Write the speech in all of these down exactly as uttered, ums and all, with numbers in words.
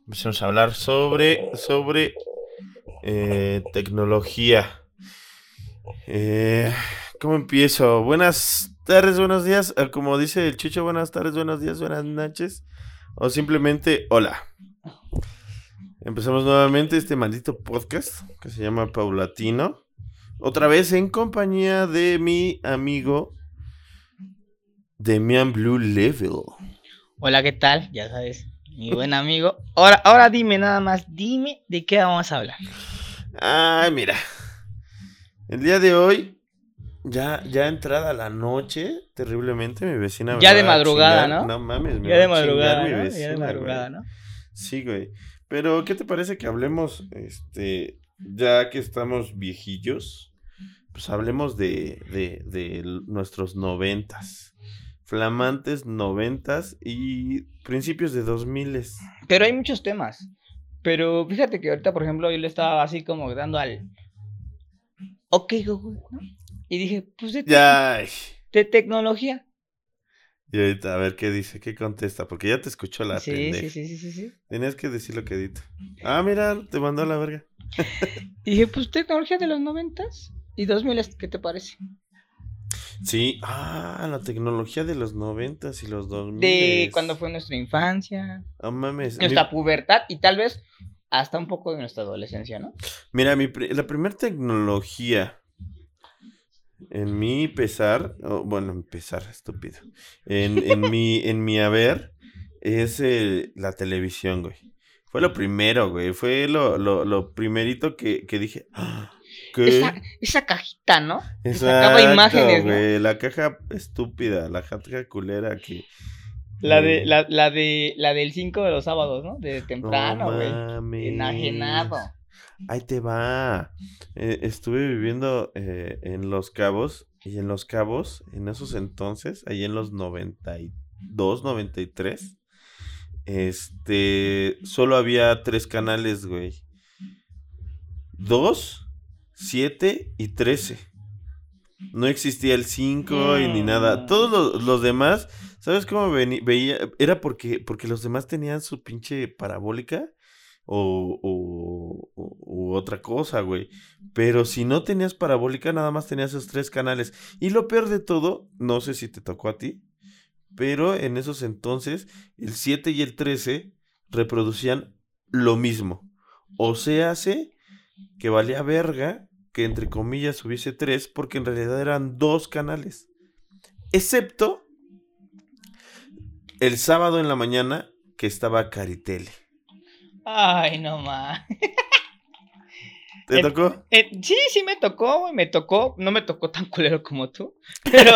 Empecemos a hablar sobre, sobre eh, tecnología. Eh, ¿Cómo empiezo? Buenas tardes, buenos días. Eh, Como dice el Chicho, buenas tardes, buenos días, buenas noches. O simplemente hola. Empezamos nuevamente este maldito podcast que se llama Paulatino. Otra vez en compañía de mi amigo Demian Blue Level. Hola, ¿qué tal? Ya sabes, mi buen amigo. Ahora, ahora dime nada más, dime de qué vamos a hablar. Ay, mira. El día de hoy, ya, ya entrada la noche, terriblemente, mi vecina me Ya de va a madrugada, chingar. ¿no? No mames, me Ya va de a chingar madrugada, mi ¿no? Ya de vecina, madrugada, güey. ¿no? Sí, güey. Pero, ¿qué te parece que hablemos, este, ya que estamos viejillos? Pues hablemos de, de, de l- nuestros noventas. Flamantes noventas y principios de dos miles. Pero hay muchos temas. Pero fíjate que ahorita, por ejemplo, yo le estaba así como dando al OK Google, ¿no? Y dije, pues de, tec- Ya. ay. de tecnología. Y ahorita a ver qué dice, qué contesta, porque ya te escuchó la Sí, sí, pendeja. sí, sí, sí, sí. Tenías que decir lo que edita. Ah, mira, te mandó a la verga. Y dije, pues tecnología de los noventas y dos miles, ¿qué te parece? Sí, ah, la tecnología de los noventas y los dos De cuando miles. fue nuestra infancia, No mames. nuestra mi- pubertad y tal vez hasta un poco de nuestra adolescencia, ¿no? mira, mi pri- la primera tecnología en mi pesar, oh, bueno, en pesar, estúpido. En, en mi, en mi haber, es eh, la televisión, güey. Fue lo primero, güey. Fue lo, lo, lo primerito que, que dije, "Ah, Esa, ¿qué? esa cajita, ¿no? Que sacaba Exacto, imágenes, ¿no? güey. La caja estúpida, la caja culera que... La de, eh, la, la de, la del cinco de los sábados, ¿no? De no temprano, güey. mames. Enajenado. Ahí te va. Eh, estuve viviendo eh, en Los Cabos. Y en Los Cabos, en esos entonces, ahí en los noventa y dos, noventa y tres, este, solo había tres canales, güey. Dos, siete y trece. No existía el cinco y ni nada. Todos Mm. los, los demás, ¿sabes cómo veni- veía? Era porque, porque los demás tenían su pinche parabólica o, o, o- u otra cosa, güey. Pero si no tenías parabólica, nada más tenías esos tres canales. Y lo peor de todo, no sé si te tocó a ti, pero en esos entonces, el siete y el trece reproducían lo mismo. O sea, hace que valía verga que entre comillas hubiese tres, porque en realidad eran dos canales. Excepto el sábado en la mañana que estaba Caritele. Ay, no más. ¿Te tocó? Sí, sí me tocó, güey, me tocó. No me tocó tan culero como tú. Pero,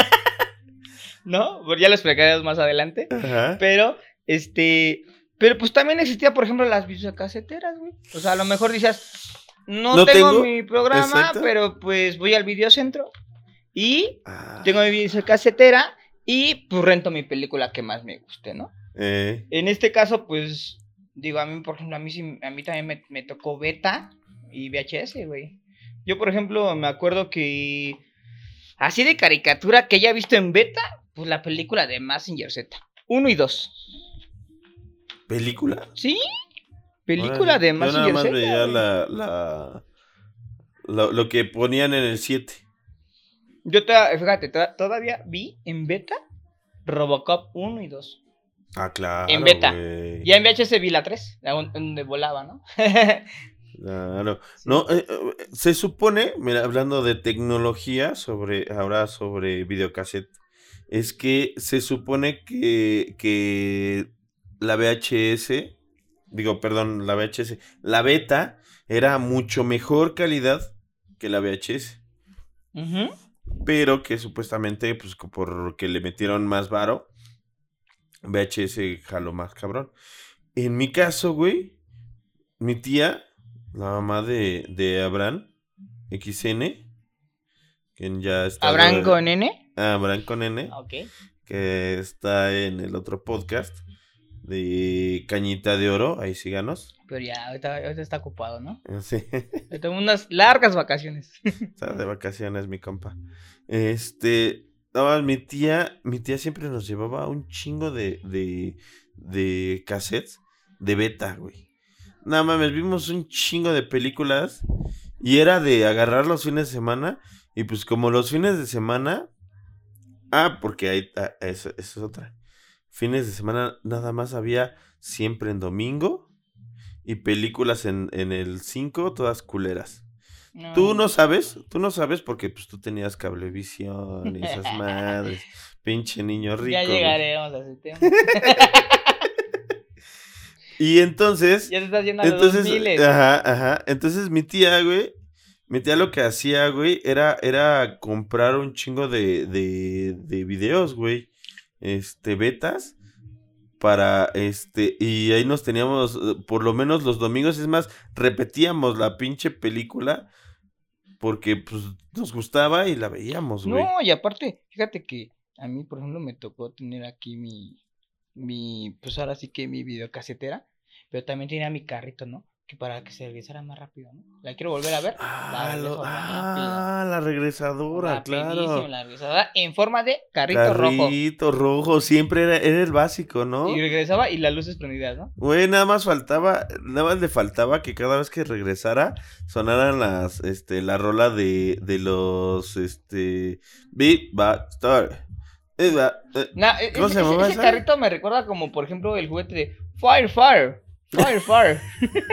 ¿no? Ya lo explicaremos más adelante. Ajá. Pero, este. Pero pues también existía, por ejemplo, las videocaseteras, güey. O sea, a lo mejor decías, no No tengo tengo. mi programa, Exacto. pero pues voy al videocentro y Ah, tengo mi videocasetera y pues rento mi película que más me guste, ¿no? eh. En este caso, pues, digo, a mí, por ejemplo, a mí sí, a mí también me, me tocó beta y V H S, güey. Yo, por ejemplo, me acuerdo que así de caricatura que haya visto en beta, pues la película de Mazinger Z. Uno y dos. ¿Película? ¿Sí? Película Órale. de Yo nada Mazinger más Z, veía güey. la, la, lo, lo que ponían en el siete. Yo, te, fíjate, to- todavía vi en beta Robocop uno y dos. Ah, En claro, beta. güey. Ya en V H S vi la tres, la un- donde volaba, ¿no? Claro. Sí. No, eh, eh, se supone, mira, hablando de tecnología, sobre, ahora sobre videocassette, es que se supone que, que la V H S, digo, perdón, la V H S, la beta era mucho mejor calidad que la V H S, Ujú. pero que supuestamente, pues, co- porque le metieron más varo, V H S jaló más cabrón. En mi caso, güey, mi tía, la mamá de, de Abraham, X N, quien ya ha ¿Habrán estado, con N? ah, Abraham con N, Ok. que está en el otro podcast de Cañita de Oro, ahí síganos. Pero ya, ahorita, ahorita está ocupado, ¿no? Sí, Yo tengo unas largas vacaciones. está de vacaciones mi compa. Este, no, mi tía, mi tía siempre nos llevaba un chingo de, de, de cassettes de beta, güey. No mames, vimos un chingo de películas y era de agarrar los fines de semana y pues como los fines de semana... Ah, porque ahí, ah, eso, eso es otra. Fines de semana nada más había siempre en domingo y películas en, en el cinco, todas culeras. No. Tú no sabes, tú no sabes porque pues tú tenías cablevisión y esas madres. Pinche niño rico. Ya güey. llegaremos a ese tema. Y entonces... Ya te estás yendo a los entonces, dos miles. ajá, ajá. Entonces mi tía, güey, mi tía lo que hacía, güey, era, era comprar un chingo de, de, de videos, güey. Este, betas. Para, este, y ahí nos teníamos, por lo menos los domingos, es más, repetíamos la pinche película. Porque, pues, nos gustaba y la veíamos, güey. No, y aparte, fíjate que a mí, por ejemplo, me tocó tener aquí mi, mi, pues ahora sí que mi videocasetera, pero también tenía mi carrito, ¿no? Que para que se regresara más rápido, ¿no? La quiero volver a ver. Ah, la lo- regreso ah, la regresadora, rapidísimo, claro. la regresaba en forma de carrito rojo. Carrito rojo, siempre era, era el básico, ¿no? Y regresaba y las luces prendidas, ¿no? Güey, nada más faltaba, nada más le faltaba que cada vez que regresara sonaran las, este, la rola de, de los, este, Beat Back Story. Eh, va- eh, Na- e- ¿Cómo ese, se llamaba ese esa? carrito me recuerda como, por ejemplo, el juguete de Fire, Fire, Fire, Fire.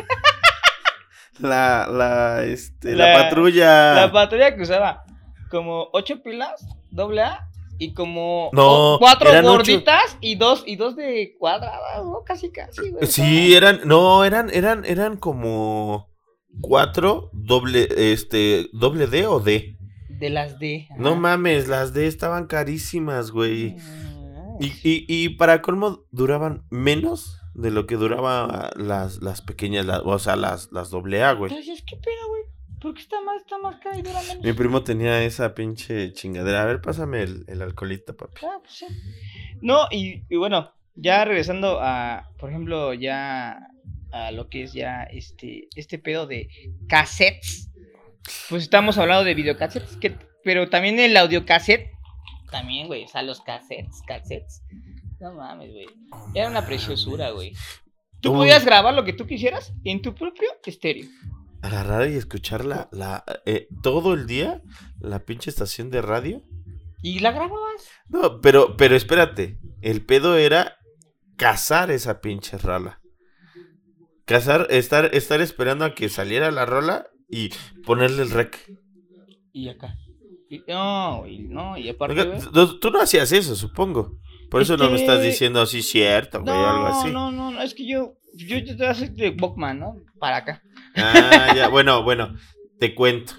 La, la, este, la, La- patrulla. La patrulla que usaba como ocho pilas, doble A, y como No, o- cuatro eran ocho. gorditas y dos, y dos de cuadradas, ¿no? Casi, casi, güey. Sí, eran, no, eran, eran, eran como cuatro doble, este, doble D o D. De las D. No ajá. mames, las D estaban carísimas, güey. Mm. Y, y, y para colmo duraban menos de lo que duraba las, las pequeñas, la- o sea, las, las doble A, güey. Entonces, ¿qué pedo, güey? ¿Por qué está más, está más cara y dura menos? Mi primo tenía esa pinche chingadera. A ver, pásame el, el alcoholito, papi. Ah, pues sí. No, y, y bueno, ya regresando a, por ejemplo, ya a lo que es ya este, este pedo de cassettes. Pues estamos hablando de videocassettes, que, pero también el audiocassette. También, güey, o sea, los cassettes, cassettes. No mames, güey. Era una preciosura, güey. Tú Uy. podías grabar lo que tú quisieras en tu propio estéreo. Agarrar y escuchar la, la, eh, todo el día la pinche estación de radio. Y la grababas. No, pero, pero espérate. El pedo era cazar esa pinche rola. Cazar, estar, estar esperando a que saliera la rola y ponerle el rec. Y acá. Y, no, güey, no, y aparte, Oiga, güey. tú, tú no hacías eso, supongo. Por eso Es no me estás que- diciendo así cierto, güey, o algo así. No, no, no, es que yo, yo, yo te voy a hacer de Walkman, ¿no? Para acá. Ah, ya, bueno, bueno, te cuento.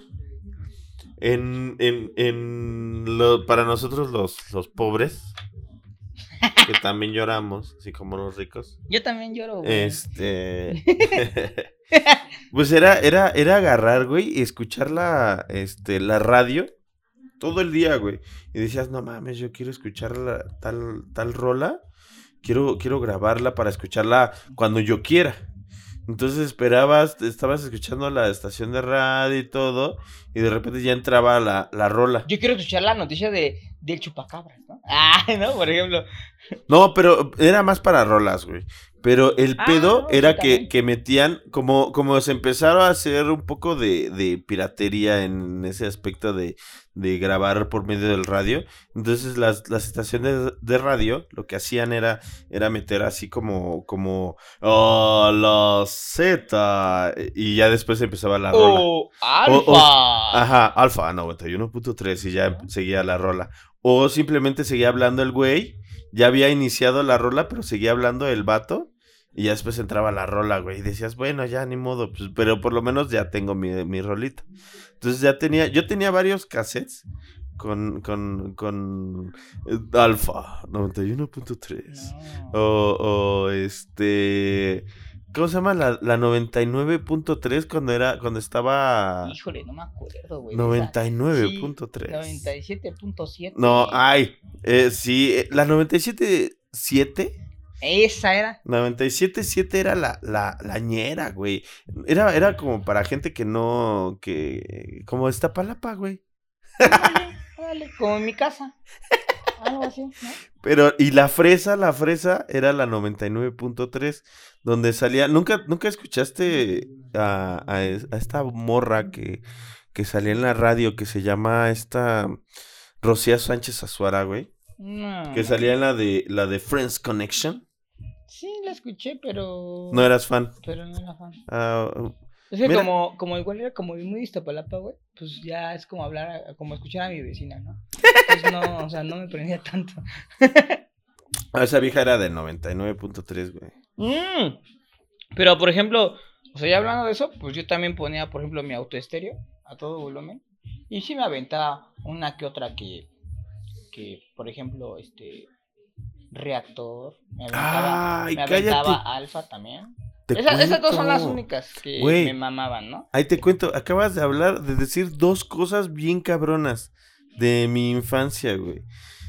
En, en, en lo, para nosotros los, los pobres, que también lloramos, así como los ricos, Yo también lloro, güey. este, pues era, era, era agarrar, güey, y escuchar la, este, la radio todo el día, güey. Y decías, no mames, yo quiero escuchar la, tal, tal rola, quiero, quiero grabarla para escucharla cuando yo quiera. Entonces esperabas, estabas escuchando la estación de radio y todo, y de repente ya entraba la, la rola. Yo quiero escuchar la noticia de del chupacabras, ¿no? Ah, ¿no? Por ejemplo. No, pero era más para rolas, güey. Pero el Ah, pedo no, era sí, que, también. que metían, como, como se empezaron a hacer un poco de, de piratería en ese aspecto de, de grabar por medio del radio. Entonces las, las estaciones de radio lo que hacían era, era meter así como, como, oh, la Z. Y ya después empezaba la rola. ¡Oh, Alfa! Ajá, Alfa noventa y uno punto tres y ya seguía la rola. O simplemente seguía hablando el güey, ya había iniciado la rola, pero seguía hablando el vato, y ya después entraba la rola, güey, y decías, bueno, ya ni modo, pues, pero por lo menos ya tengo mi, mi rolita. Entonces ya tenía, yo tenía varios cassettes con, con, con eh, Alfa noventa y uno punto tres. No. O, o este... ¿Cómo se llama? La, la noventa y nueve punto tres cuando era, cuando estaba... Híjole, no me acuerdo, güey. noventa y nueve punto tres. noventa y siete punto siete. No, ay, eh, sí, eh, la noventa y siete punto siete. Esa era. noventa y siete punto siete era la, la, la ñera, güey. Era, era como para gente que no, que, como Iztapalapa, güey. Órale, órale, como en mi casa. Algo así, ¿no? Pero, y la fresa, la fresa era la noventa y nueve punto tres, donde salía, ¿nunca, nunca escuchaste a, a, es- a esta morra que, que salía en la radio, que se llama esta Rocío Sánchez Azuara, güey? No, Que no. salía en la de, la de Friends Connection. Sí, la escuché, pero... No eras fan. Pero no era fan. Ah, Es que Mira. como, como igual era como muy de Iztapalapa, güey, pues ya es como hablar, a- como escuchar a mi vecina, ¿no? Pues no, o sea, no me prendía tanto. ah, esa vieja era de noventa y nueve punto tres, güey. Mm. Pero, por ejemplo, o sea, ya hablando de eso, pues yo también ponía, por ejemplo, mi autoestéreo a todo volumen. Y sí me aventaba una que otra que, que por ejemplo, este, Reactor, me aventaba, Ay, me cállate. aventaba Alfa también. Te Esa- esas dos cuento. son las únicas que Güey. me mamaban, ¿no? Ahí te cuento, acabas de hablar, de decir dos cosas bien cabronas de mi infancia, güey.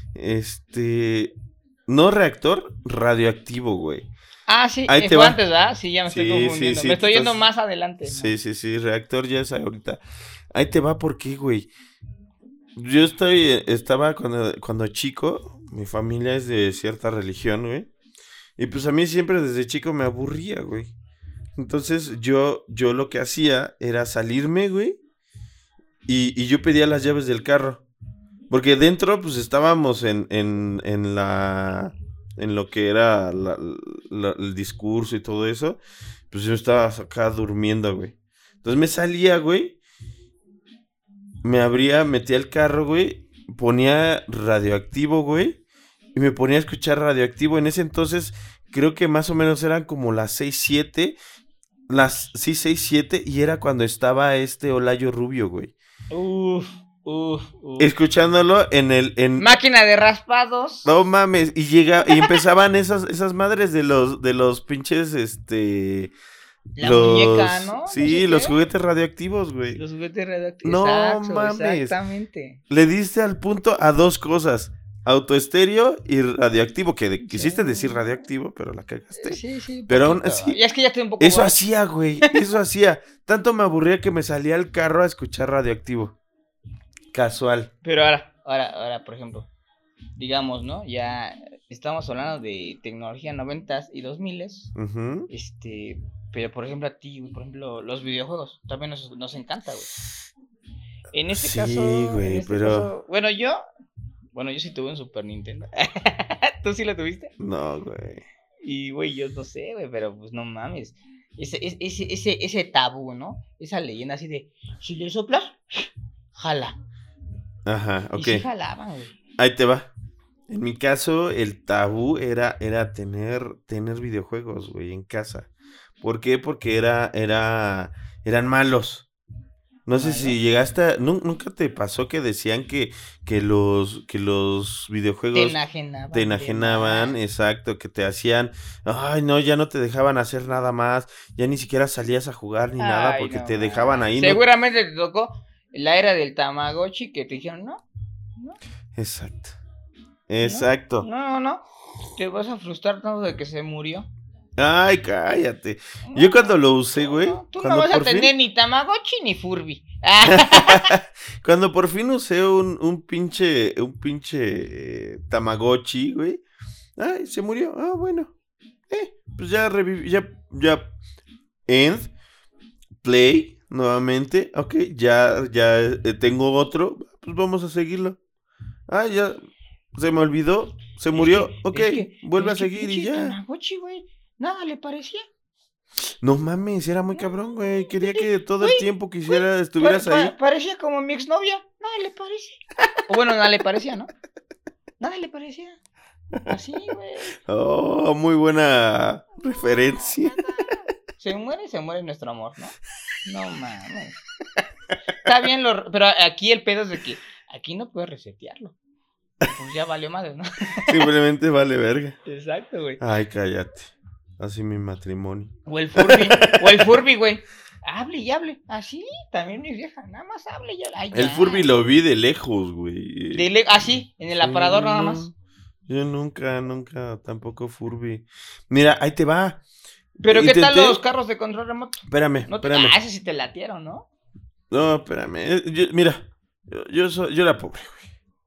Este, no Reactor, Radioactivo, güey. Ah, sí, Ahí eh, te fue va. antes, ¿verdad? Sí, ya me estoy Sí, sí, confundiendo. sí, me estoy tú yendo estás- más adelante, ¿no? Sí, sí, sí, Reactor ya es ahorita. Ahí te va, ¿por qué, güey? Yo estoy, eh, estaba cuando, cuando chico, mi familia es de cierta religión, güey. Y pues a mí siempre desde chico me aburría, güey. Entonces yo, yo lo que hacía era salirme, güey. Y, y yo pedía las llaves del carro. Porque dentro, pues estábamos en, en, en la. En lo que era la- la- el discurso y todo eso. Pues yo estaba acá durmiendo, güey. Entonces me salía, güey. Me abría, metía el carro, güey. Ponía Radioactivo, güey. Y me ponía a escuchar Radioactivo. En ese entonces, creo que más o menos eran como las seis, siete. Las, sí, seis, siete. Y era cuando estaba este Olayo Rubio, güey. Uf, uf, uf. Escuchándolo en el... En... Máquina de raspados. No mames. Y llega, y empezaban esas, esas madres de los, de los pinches, este... La los, muñeca, ¿no? Sí, No sé los qué. juguetes radioactivos, güey. Los juguetes radioactivos. No Exacto, mames. exactamente. Le diste al punto a dos cosas. Autoestéreo y radioactivo. Que de- quisiste Sí. decir radioactivo, pero la cagaste. Sí, sí. Pero aún poquito. así- Y es que ya estoy un poco. Eso guay. hacía, güey. Eso hacía. Tanto me aburría que me salía al carro a escuchar radioactivo. Casual. Pero ahora, ahora, ahora, por ejemplo, digamos, ¿no? Ya estamos hablando de tecnología noventas y dos miles. Ujú. Este, pero por ejemplo a ti, güey, por ejemplo, los videojuegos también nos, nos encanta, güey. En este Sí, caso, güey, en este pero- caso- bueno, yo, bueno, yo sí tuve un Super Nintendo. ¿Tú sí lo tuviste? No, güey. Y güey, yo no sé, güey, pero pues no mames. Ese, ese, ese, ese, ese tabú, ¿no? Esa leyenda así de, si le soplas, jala. Ajá, Y ok. sí jalaban, güey. Ahí te va. En mi caso, el tabú era, era tener, tener videojuegos, güey, en casa. ¿Por qué? Porque era, era, eran malos. No sé ¿Malos? si llegaste a, nu- nunca te pasó que decían que, que los, que los Te videojuegos enajenaban. te de enajenaban, más. exacto, que te hacían, ay, no, ya no te dejaban hacer nada más, ya ni siquiera salías a jugar ni nada Ay, porque no te dejaban mames. ahí, ¿no? Seguramente te tocó la era del Tamagotchi que te dijeron, no, no, Exacto. Exacto. no, no, te vas a frustrar tanto de que se murió. Ay, cállate. No, Yo cuando lo usé, no, güey, no, tú no cuando vas a por fin- tener ni Tamagotchi ni Furby. Cuando por fin usé un, un pinche, un pinche eh, Tamagotchi, güey. Ay, se murió. Ah, bueno. Eh, pues ya reviví, ya, ya. End. Play, nuevamente. Ok, ya, ya eh, tengo otro. Pues vamos a seguirlo. Ah, ya. Se me olvidó. Se murió. Es que- ok, es que- vuelve es a que seguir y pinche ya. Tamagotchi, güey, nada le parecía. No mames, era muy cabrón, güey. Quería que todo Güey, el tiempo que hiciera estuvieras Pa- pa- ahí. parecía como mi exnovia, nada le parecía. O bueno, nada le parecía, ¿no? Nada le parecía. Así, güey. Oh, muy buena referencia. Se muere, se muere nuestro amor, ¿no? No mames. Está bien, lo, pero aquí el pedo es de que aquí no puedes resetearlo. Pues ya valió madre, ¿no? Simplemente vale verga. Exacto, güey. Ay, cállate. Así mi matrimonio. O el Furby, o el Furby, güey. Hable y hable. Así, también mi vieja, nada más hable y hable. Ay, El ya. Furby lo vi de lejos, güey. De le- así, en el aparador Sí, nada no, más. Yo nunca, nunca, tampoco Furby. Mira, ahí te va. Pero ¿qué tal Intenté- los carros de control remoto? Espérame, No te... espérame. Ah, ese sí te latieron, ¿no? No, espérame. Eh, yo- mira, yo, yo, soy, yo era pobre, güey.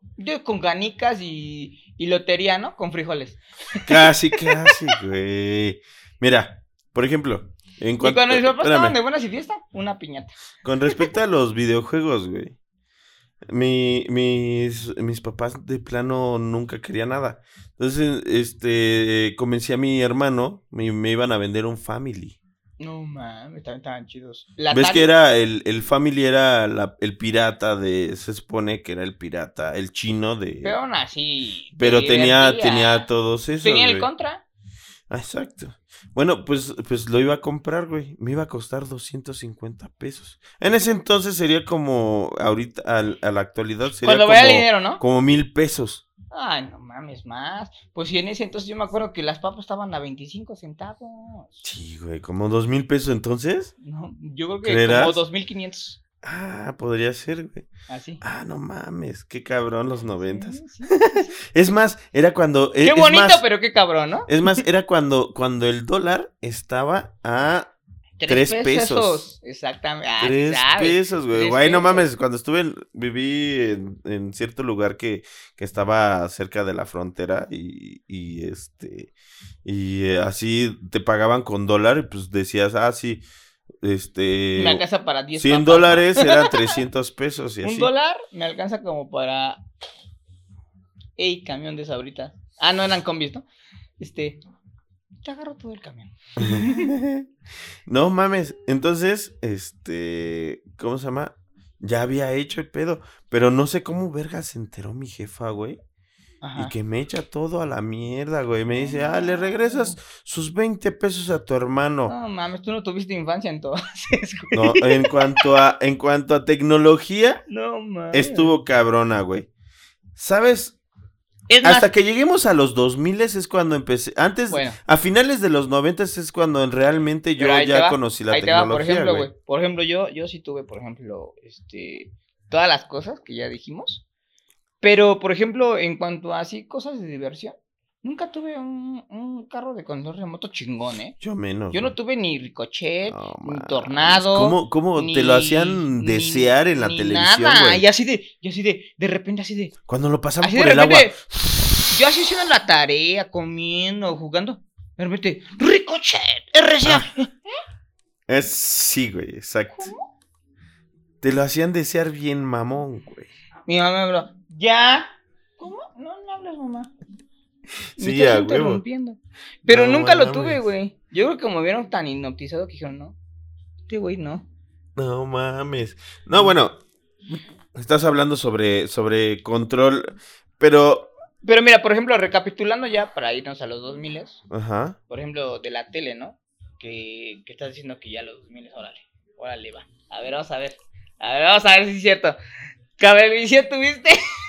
Yo con canicas y, y lotería, ¿no? Con frijoles. Casi, casi, güey. Mira, por ejemplo, en Y cuanto... cuando mis papás espérame. estaban de buenas y fiesta, una piñata. Con respecto a los videojuegos, güey. Mi, mis, mis papás de plano nunca querían nada. Entonces, este, convencí a mi hermano, me, me iban a vender un Family. No mames, también estaban chidos. La ¿Ves Atari, que era el, el Family era la- el pirata de, se supone que era el pirata, el chino de... pero aún así. te Pero tenía, divertía. tenía todos esos, Tenía el güey. contra. Ah, exacto. Bueno, pues, pues lo iba a comprar, güey. Me iba a costar doscientos cincuenta pesos. En ese entonces sería como, ahorita, al- a la actualidad sería Cuando como, vaya el dinero, ¿no? como mil pesos. Ay, no mames, más. Pues si en ese entonces yo me acuerdo que las papas estaban a veinticinco centavos. Sí, güey, como dos mil pesos entonces. No, yo creo que ¿Creerás? como dos mil quinientos. Ah, podría ser, güey. Así. Ah, no mames, qué cabrón los noventas. Sí, sí, sí, sí. Es más, era cuando... Qué es bonito, más, pero qué cabrón, ¿no? Es más, era cuando, cuando el dólar estaba a tres pesos. Exactamente. Ah, Tres ¿sabes? pesos, güey. Tres Güey, no pesos. mames, cuando estuve, en- viví en, en cierto lugar que, que estaba cerca de la frontera y, y este, y eh, así te pagaban con dólar y pues decías, ah, sí, este, Me alcanza para diez cien papas, ¿no? dólares eran trescientos pesos y Un así. dólar me alcanza como para. Ey, camión de sabritas. Ah, no eran combis, ¿no? Este. Te agarro todo el camión. No mames, entonces, este, ¿cómo se llama? Ya había hecho el pedo, pero no sé cómo verga se enteró mi jefa, güey. Ajá. Y que me echa todo a la mierda, güey. Me dice, ah, le regresas sus veinte pesos a tu hermano. No mames, tú no tuviste infancia entonces, güey. No, en cuanto a, en cuanto a tecnología, No mames. estuvo cabrona, güey. ¿Sabes? Es más, Hasta que lleguemos a los dos mil es cuando empecé. Antes, bueno, a finales de los noventa es cuando realmente yo pero ahí te ya va, conocí la ahí te va, tecnología, por ejemplo, güey. güey. Por ejemplo, yo, yo sí tuve, por ejemplo, este, todas las cosas que ya dijimos. Pero, por ejemplo, en cuanto a así cosas de diversión, nunca tuve un, un carro de control remoto chingón, ¿eh? Yo menos. Yo no güey. tuve ni Ricochet, No, ni mames. Tornado. ¿Cómo, cómo ni- te lo hacían ni- desear en la ni televisión, nada. güey? Y así de, y así de, de repente así de, Cuando lo pasaban así por de el agua. repente, yo así haciendo la tarea, comiendo, jugando. De repente, Ricochet, R C A. Ah. Es, sí, güey, exacto. ¿Cómo? Te lo hacían desear bien mamón, güey. Mi mamá me habló, ¿ya? ¿Cómo? No, no hables, mamá. Me Sí, estás a huevo. interrumpiendo. Pero No nunca lo mames. tuve, güey. Yo creo que me vieron tan hipnotizado que dijeron, no, este güey no. No mames. No, bueno, estás hablando sobre, sobre control, pero... Pero mira, por ejemplo, recapitulando ya para irnos a los dos mil, Ajá. por ejemplo, de la tele, ¿no? Que, que estás diciendo que ya los dos mil, órale, órale, va. A ver, vamos a ver. A ver, vamos a ver si es cierto. ¿Cablevisión tuviste?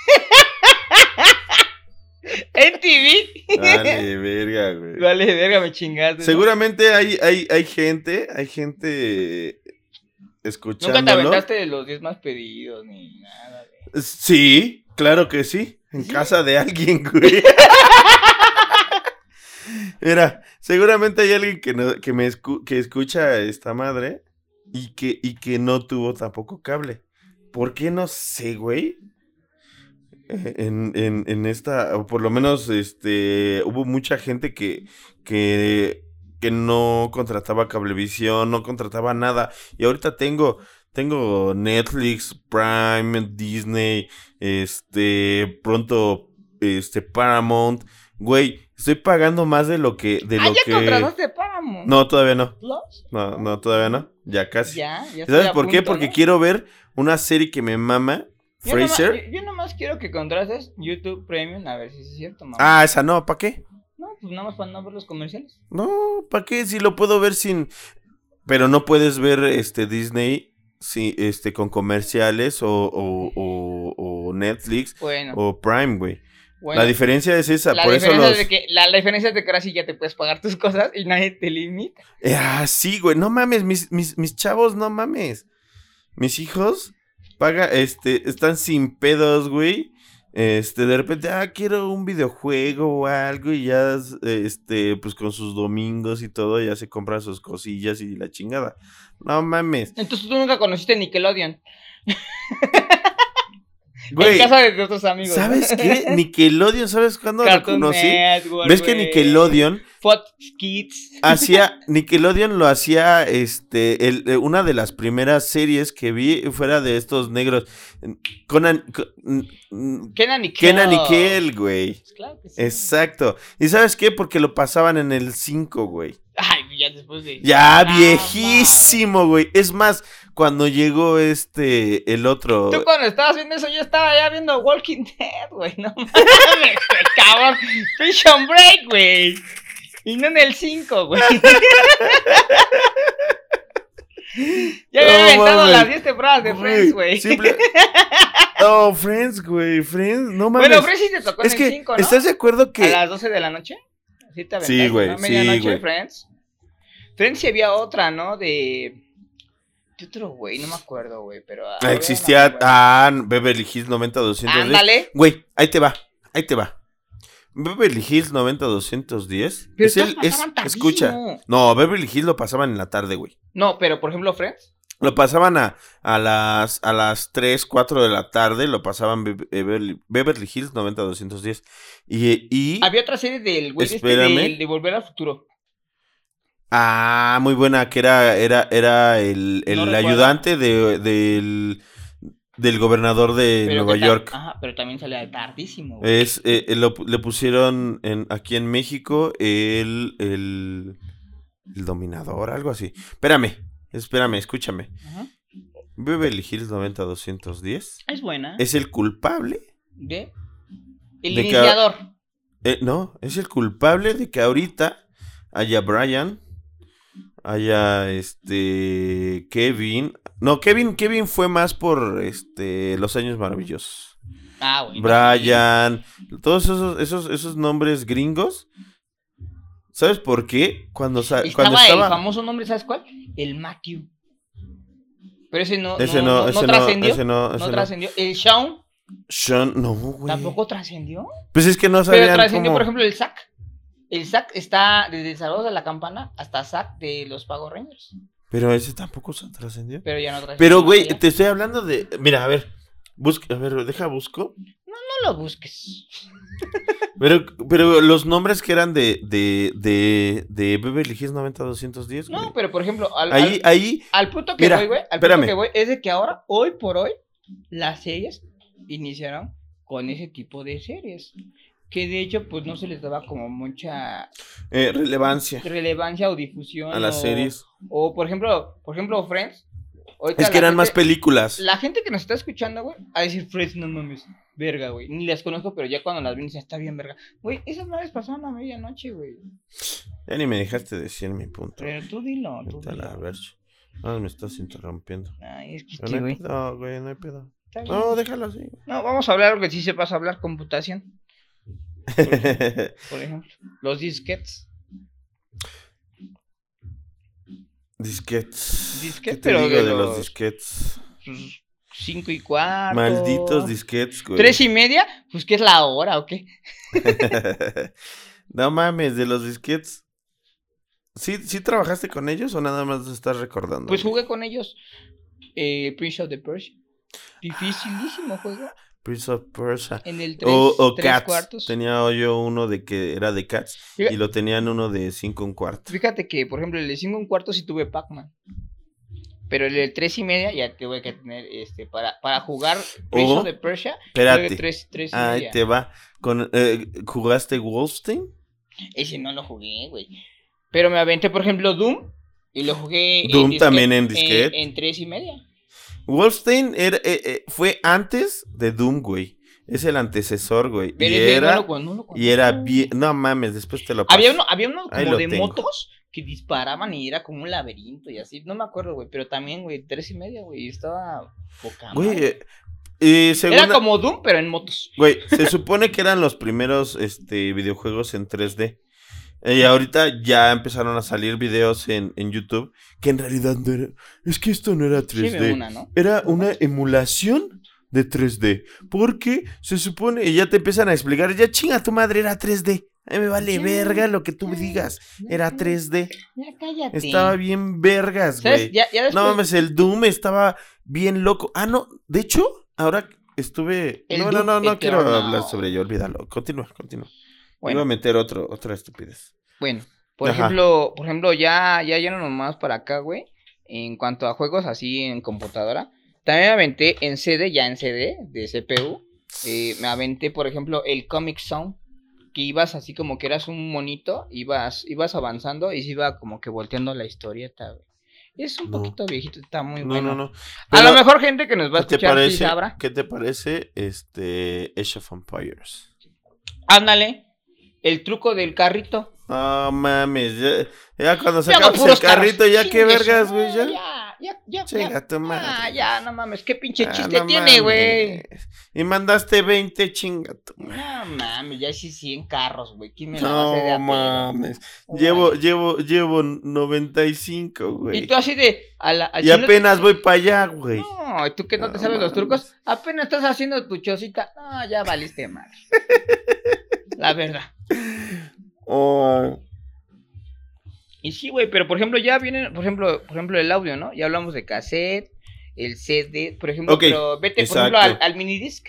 ¿En T V? Dale, verga, güey. Vale, verga, me chingaste. ¿no? Seguramente hay, hay, hay gente, hay gente Nunca escuchándolo. te aventaste de los diez más pedidos ni nada, güey. Sí, claro que sí. En ¿Sí? casa de alguien, güey. Mira, seguramente hay alguien que, no, que, me escu- que escucha a esta madre y que, y que no tuvo tampoco cable. ¿Por qué no sé, güey? Eh, En, en, en esta, o por lo menos, este, hubo mucha gente que, que, que no contrataba cablevisión, no contrataba nada. Y ahorita tengo, tengo Netflix, Prime, Disney, este, pronto, este, Paramount. Güey, estoy pagando más de lo que, de ah, lo ya que... contrataste Paramount. No, todavía no. ¿Plus? No, no, todavía no. Ya casi. Ya, ya ¿Sabes estoy a por qué? punto, Porque ¿no? quiero ver una serie que me mama, Yo nomás, Fraser. yo, yo nomás quiero que contrates YouTube Premium a ver si es cierto, mamá. Ah, esa no, ¿para qué? No, pues nada más para no ver los comerciales. No, ¿para qué? Si lo puedo ver sin... Pero no puedes ver este Disney si, este, con comerciales o, o, o, o Netflix Bueno, o Prime, güey. bueno. La diferencia es esa, La por eso diferencia los... es de que, la, la diferencia es de que ahora sí ya te puedes pagar tus cosas y nadie te limita. Eh, ah, sí, güey, no mames, mis, mis, mis chavos, no mames. Mis hijos paga, este, están sin pedos, güey. Este, de repente, ah, quiero un videojuego o algo y ya, este, pues con sus domingos y todo, ya se compran sus cosillas y la chingada. No mames. Entonces tú nunca conociste Nickelodeon. Güey, en casa de otros amigos. ¿sabes qué? Nickelodeon, ¿sabes cuándo lo Cartoon conocí? Network, ¿Ves que güey. Nickelodeon Fox Kids. hacía, Nickelodeon lo hacía, este, el, eh, una de las primeras series que vi fuera de estos negros, Conan, Con- Kenan y Kel. Kenan y Kel, güey. Pues claro que sí. Exacto. ¿Y sabes qué? Porque lo pasaban en el cinco, güey. Ay, ya después de. Ya, Ah, viejísimo, güey. Es más, cuando llegó este, el otro... Tú cuando estabas viendo eso, yo estaba ya viendo Walking Dead, güey. No mames, güey, cabrón. Prison Break, güey. Y no en el cinco, güey. Ya me No, había inventado mames. las diez temporadas de Friends, güey. simple- No, Friends, güey. Friends, no mames. Bueno, Friends sí te tocó es en que, el cinco, ¿no? ¿estás de acuerdo que... A las doce de la noche. Sí, te aventaste, Sí, güey, ¿no? sí, Medianoche, güey. Friends. Friends sí había otra, ¿no? De. De otro güey, no me acuerdo, güey. Pero. Ah, ahora existía, no me acuerdo. ah, Beverly Hills noventa doscientos diez. Ándale. Güey, ahí te va, ahí te va. Beverly Hills noventa doscientos diez. Pero es el, todas es, pasaban tardísimo. escucha. No, Beverly Hills lo pasaban en la tarde, güey. No, pero por ejemplo, Friends. Lo pasaban a, a las a las tres, cuatro de la tarde, lo pasaban Be- Beverly, Beverly Hills noventa doscientos diez. Y, y Había otra serie del güey este Espérame. de, de Volver al Futuro. ah, muy buena, que era era era el, el No recuerdo. ayudante de, del del gobernador de Pero Nueva que ta- York. Ajá, pero también salía tardísimo, güey. Es eh, eh, lo- le pusieron en, aquí en México el, el el dominador, algo así. Espérame, espérame, escúchame. Ajá. Beverly Hills noventa doscientos diez Es buena. es el culpable. De. El De que- iniciador. Eh, no, es el culpable de que ahorita haya Brian, haya este Kevin. No, Kevin, Kevin fue más por este Los Años Maravillosos. Ah, güey. Brian, todos esos, esos, esos nombres gringos. ¿Sabes por qué? Cuando, sa- Estaba, cuando estaba. el famoso nombre, ¿sabes cuál? El Matthew. Pero ese no, Ese no, no, no, ese no, trascendió. ese no, No ese no. trascendió. El Sean Sean, no, güey. tampoco trascendió. Pues es que no Pero sabían trascendió, cómo. por ejemplo, el Zack. El Zack está desde Saludos de la Campana hasta Zack de los Power Rangers. Pero ese tampoco se trascendió. Pero ya no trascendió. Pero, güey, más allá. te estoy hablando de. Mira, a ver. Busca, a ver, deja busco. No lo busques. Pero, pero los nombres que eran de, de, de, de Beverly Hills noventa doscientos diez, güey. No, pero por ejemplo, al, Ahí, al, ahí. al punto que mira, voy, güey, al espérame. punto que voy es de que ahora, hoy por hoy, las series iniciaron con ese tipo de series. Que de hecho, pues no se les daba como mucha Eh, relevancia relevancia o difusión. a las o, series. O por ejemplo, por ejemplo, Friends. Ahorita Es que la eran gente- más películas. La gente que nos está escuchando, güey, a decir Friends, no mames, verga, güey. Ni las conozco, pero ya cuando las ven dicen, está bien, verga. Güey, esas madres pasaron a medianoche, güey. Ya ni me dejaste decir mi punto. Pero tú dilo, tú Vete a la dilo. verga. No, me estás interrumpiendo. Ay, es que Pero este, no güey. hay pedo, güey, no hay pedo. Está bien. No, déjalo así. No, vamos a hablar algo que sí sepas hablar, computación. Por ejemplo, los disquetes. Disquets. Disquets, ¿Qué te pero digo de de los los- disquets? Pues, cinco y cuarto. Malditos disquets, güey. ¿Tres y media? Pues, ¿qué es la hora o qué? No mames, de los disquets. ¿Sí, ¿Sí trabajaste con ellos o nada más estás recordando? Pues güey? jugué con ellos. Eh, Prince of the Persia. Dificilísimo juego. Prince of Persia. En el tres, O, o tres Cats. cuartos. Tenía yo uno de que era de Cats. Fíjate- Y lo tenían uno de cinco un cuarto. Fíjate que, por ejemplo, el de cinco un cuarto sí tuve Pac-Man. Pero el de tres y media ya tuve que tener, este, para, para jugar Prince O, of the Persia, Espérate. tuve tres, tres y Ahí media. te va. Con, eh, ¿Jugaste Wolfenstein? Ese no lo jugué, güey. Pero me aventé, por ejemplo, Doom. Y lo jugué Doom disquete- también en disquete. En, en tres y media. Wolfenstein era, eh, eh, fue antes de Doom, güey. Es el antecesor, güey. Y Pero ese era, no lo- no lo y era conozco. bien. No mames, después te lo paso. Había uno, había uno Ahí como lo de tengo. motos que disparaban y era como un laberinto y así. No me acuerdo, güey. Pero también, güey, tres y media, güey. y Estaba poca Güey, madre. eh, eh, según Era como Doom, pero en motos. Güey, se supone que eran los primeros este, videojuegos en tres D. Y ahorita ya empezaron a salir videos en, en YouTube que en realidad no era. Es que esto no era Sí, tres D. ve una, ¿no? Era una emulación de tres D. Porque se supone, y ya te empiezan a explicar, ya chinga tu madre, era tres D. A mí me vale Ya, verga lo que tú ya, digas. ya, Era ya. tres D. Ya cállate. Estaba bien vergas, ¿Sabes? güey. Ya, ya después... No mames, el Doom estaba bien loco. Ah, no, de hecho, ahora estuve... El No, no, Doom no, no quiero Eternal. hablar sobre ello, olvídalo. Continúa, continúa. Iba a Bueno, meter otro, otra estupidez. bueno. Por Ajá. ejemplo, por ejemplo, ya, ya yéndonos más para acá, güey. En cuanto a juegos así en computadora. También me aventé en C D, ya en C D, de C P U. Eh, me aventé, por ejemplo, el Comic Zone. Que ibas así como que eras un monito. Ibas, ibas avanzando y se iba como que volteando la historieta, güey. Es un No. poquito viejito, está muy No, bueno. no, no. A Pero, lo mejor gente que nos va a ¿qué te escuchar sí parece? sabrá. ¿Qué te parece este Age of Empires? Ándale, el truco del carrito. No mames, ya, ya cuando Ya no, sacamos el puros carros. carrito, ya qué Chingue vergas, su- güey, ya. Ya, ya, ya. Chinga ya. tu madre. Ah, ya, no mames, qué pinche Ah, chiste no tiene, güey. mames. Y mandaste veinte, chinga tu madre. No mames, ya sí cien carros, güey. ¿Quién me la va a hacer de No a pedo? mames. Órale. Llevo, llevo, llevo noventa y cinco, güey. Y tú así de. A la, a- Y si no te- apenas voy para allá, güey. No, y tú que no te No sabes los mames. trucos, apenas estás haciendo tu chocita. No, ya valiste mal. La verdad. Oh, Y sí, güey, pero por ejemplo, ya vienen, por ejemplo, por ejemplo, el audio, ¿no? Ya hablamos de cassette, el C D, por ejemplo, Ok, pero vete, por exacto. ejemplo, al, al minidisc.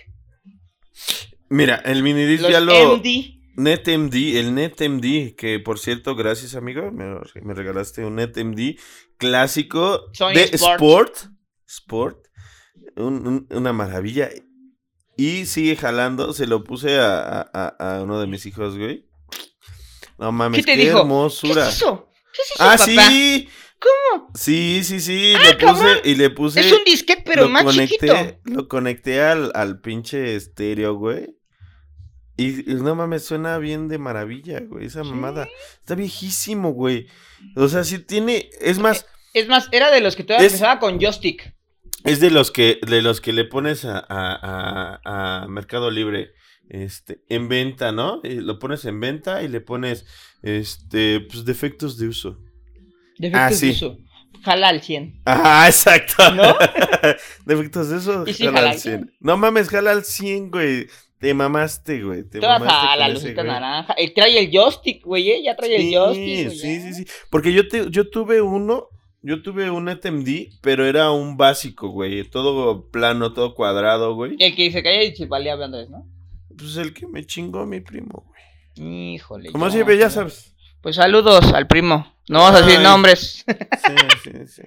mira, el minidisc Los ya lo... M D. NetMD, el NetMD, que por cierto, gracias amigo, me, me regalaste un NetMD clásico Sony de Sport. Sport, Sport, un- un- una maravilla. Y sigue jalando, se lo puse a, a- a- a uno de mis hijos, güey. No mames, ¿Qué te qué dijo? hermosura. ¿Qué es eso? ¿Qué es eso, Ah, papá? sí. ¿Cómo? Sí, sí, sí, Ah, le puse cabrón. y le puse Es un disquete, pero lo más conecté, chiquito. Lo conecté al, al pinche estéreo, güey. Y, y no mames, suena bien de maravilla, güey, esa Sí. mamada. Está viejísimo, güey. O sea, sí tiene, es más, Es más, era de los que todavía Es- empezaba con joystick. es de los que, de los que le pones a, a, a, a Mercado Libre, este, en venta, ¿no? Y lo pones en venta y le pones, este, pues defectos de uso. Defectos Ah, sí. de uso. Jala al cien. Ah, exacto. ¿No? Defectos de uso, Y sí, jala jala al al cien. cien. No mames, jala al cien, güey. Te mamaste, güey. Te Toda mamaste la con ese, lucita güey. naranja. Eh, trae el joystick, güey, ¿eh? Ya trae Sí, el joystick. güey, sí, ya. sí, sí. Porque yo, te, yo tuve uno, yo tuve un NetMD, pero era un básico, güey. Todo plano, todo cuadrado, güey. El que se caía y se valía Andrés, ¿no? Pues el que me chingó mi primo, güey. Híjole. Como yo- siempre, ya sabes. Pues saludos al primo. No vamos a decir Ay. nombres. Sí, sí, sí.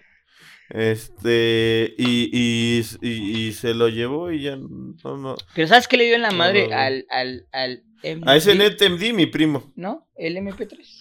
Este, y, y, y, y se lo llevó y ya no, no. Pero ¿sabes qué le dio en la madre No. al, al, al M D? A ese NetMD, mi primo. ¿No? El M P tres.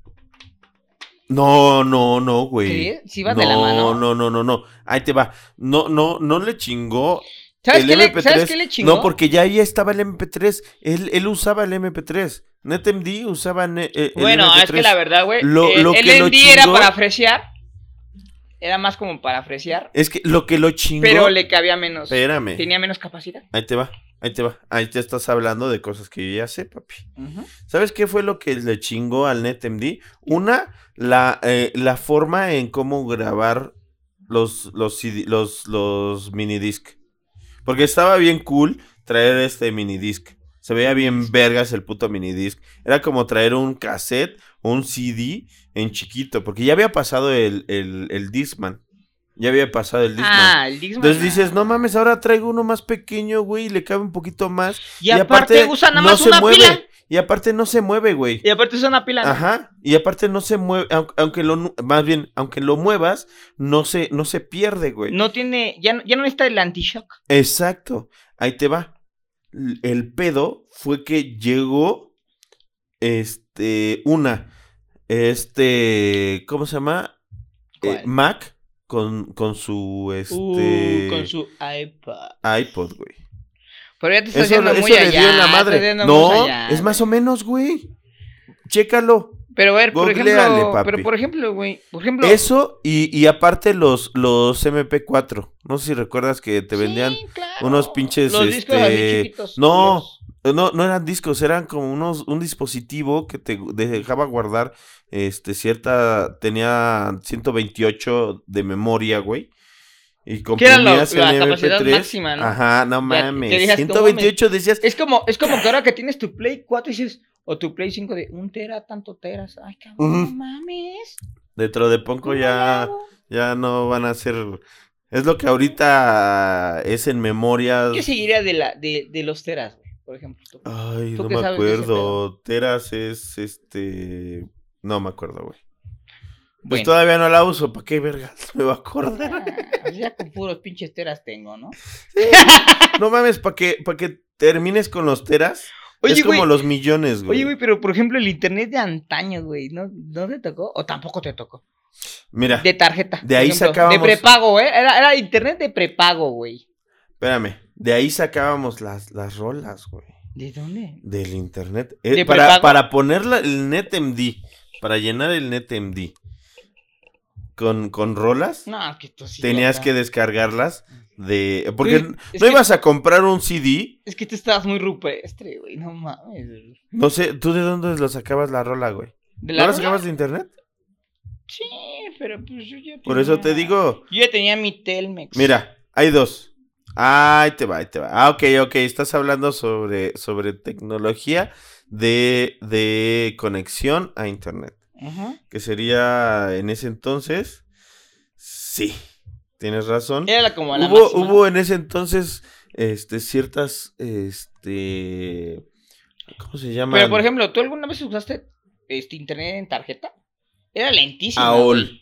No, no, no, güey. ¿Sí? ¿Sí va no, de la mano? no, no, no, no. Ahí te va. No, no, no le chingó ¿Sabes el qué, le, M P tres. ¿Sabes qué le chingó? No, porque ya ahí estaba el M P tres. Él, él usaba el M P tres. NetMD usaba ne- eh, el Bueno, M P tres. es que la verdad, güey. Lo- el lo el que lo M D era chingó- para fresear. Era más como para fresear. Es que lo que lo chingó. Pero le cabía menos. Espérame. Tenía menos capacidad. Ahí te va, ahí te va. Ahí te estás hablando de cosas que yo ya sé, papi. Ujú. ¿Sabes qué fue lo que le chingó al NetMD? Una, la, eh, la forma en cómo grabar los, los, C D los, los minidisc. Porque estaba bien cool traer este minidisc. Se veía bien vergas el puto minidisc. Era como traer un cassette, un C D en chiquito. Porque ya había pasado el, el, el Discman. Ya había pasado el Discman. Ah, el Discman. Entonces dices, no mames, ahora traigo uno más pequeño, güey, y le cabe un poquito más. Y, aparte, usa nada más se una mueve. pila. Y aparte no se mueve, güey. Y aparte usa una pila. ¿no? Ajá. Y aparte no se mueve, aunque, aunque lo, nu- más bien, aunque lo muevas, no se, no se pierde, güey. No tiene, ya, no- ya no necesita el anti-shock. Exacto. Ahí te va. L- El pedo fue que llegó, este, una, este, ¿cómo se llama? Eh, ¿Cuál? Mac con, con su, este, Uh, con su iPad. iPod, güey. Pero ya te estás Eso, yendo eso muy le allá. dio en la estás madre. yendo muy No, allá, es más o güey. menos, güey. Chécalo. Pero a ver, por Googleale, ejemplo, papi. pero por ejemplo, güey, por ejemplo, Eso y, y aparte los, los M P cuatro. No sé si recuerdas que te sí, vendían claro. unos pinches, Los discos así este, chiquitos. no. culeros. No, no eran discos, eran como unos, un dispositivo que te dejaba guardar este cierta, tenía ciento veintiocho de memoria, güey. Y Que era lo- comprimías la el capacidad M P tres. máxima, ¿no? Ajá, no Ya, que mames. digas, ciento veintiocho decías, Es como, es como que ahora que tienes tu Play cuatro y dices, o tu Play cinco de un tera, tanto teras. Ay, cabrón, Ujú. no mames. dentro de poco ¿Cómo ya, hago? ya no van a ser Es lo que ahorita es en memorias. ¿Qué seguiría de la de, de los teras, güey? Por ejemplo. ¿Tú, Ay, ¿tú no qué me sabes de ese pedo? acuerdo. Teras es este. No me acuerdo, güey. Pues Bueno. todavía no la uso. ¿Para qué vergas me va a acordar? Ah, ya con puros pinches teras tengo, ¿no? Sí. No mames, para que, pa' que termines con los teras. Oye, es como güey. los millones, güey. Oye, güey, pero por ejemplo, el internet de antaño, güey, ¿no, ¿no te tocó? ¿O tampoco te tocó? Mira. De tarjeta. De ahí por ejemplo, sacábamos. De prepago, ¿eh? Era, era internet de prepago, güey. Espérame. De ahí sacábamos las, las rolas, güey. ¿De dónde? Del internet. Eh, ¿De para, prepago? para ponerla el NetMD. Para llenar el NetMD. Con, con rolas. No, que tú sí. Tenías ya que está. descargarlas. De. Porque Güey, es no que- ibas a comprar un C D. Es que tú estabas muy rupestre, güey. No mames. güey. No sé, ¿tú de dónde lo sacabas la rola, güey? ¿De ¿No la la rola? sacabas de internet? Sí, pero pues yo ya Por eso te tenía- digo. Yo ya tenía mi Telmex. Mira, hay dos. Ahí te va, ahí te va. Ah, ok, ok. Estás hablando sobre, sobre tecnología de, de conexión a internet. Ajá. Que sería en ese entonces. Sí, tienes razón. Era la- como la Hubo, máxima. hubo en ese entonces este, ciertas. Este. ¿Cómo se llama? Pero por ejemplo, ¿tú alguna vez usaste este internet en tarjeta? Era lentísimo. AOL.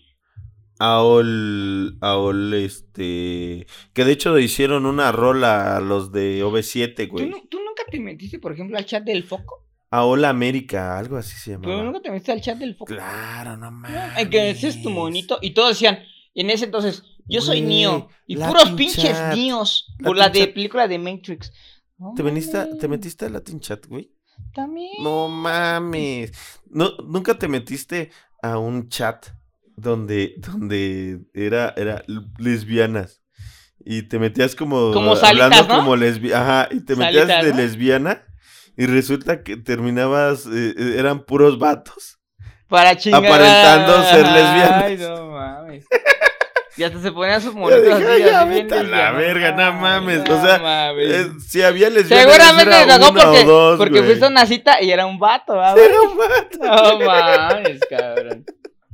AOL, AOL, este, que de hecho hicieron una rola a los de O V siete, ¿Tú, güey. nu- ¿Tú nunca te metiste, por ejemplo, al chat del foco? AOL América, algo así se ¿Pero llamaba. nunca te metiste al chat del foco? Claro, no No, mames. en que decías tu monito y todos decían, en ese entonces, yo soy Güey, Neo. Y Latin puros pinches Chat. Neos. Por Latin la de Chat. película de Matrix. No ¿Te, veniste, mames, ¿Te metiste a Latin Chat, güey? También. No mames. No, ¿nunca te metiste a un chat donde, donde era, era lesbianas? Y te metías como, Como salitas, hablando ¿no? como lesbiana. Ajá, y te metías Salitas, de ¿no? lesbiana y resulta que terminabas, eh, eh, eran puros vatos. Para chingar. Aparentando ser lesbianas. Ay, no mames. Y hasta se ponían sus Yo monitos dije, así, "Ay, ya, así bien vete a la lesbianas". verga, no Ay, mames. no O sea, mames. Eh, si había lesbianas, Seguramente era te tocó una porque, o dos, porque güey. fuiste a una cita y era un vato, ¿verdad? Era un vato. No mames, cabrón.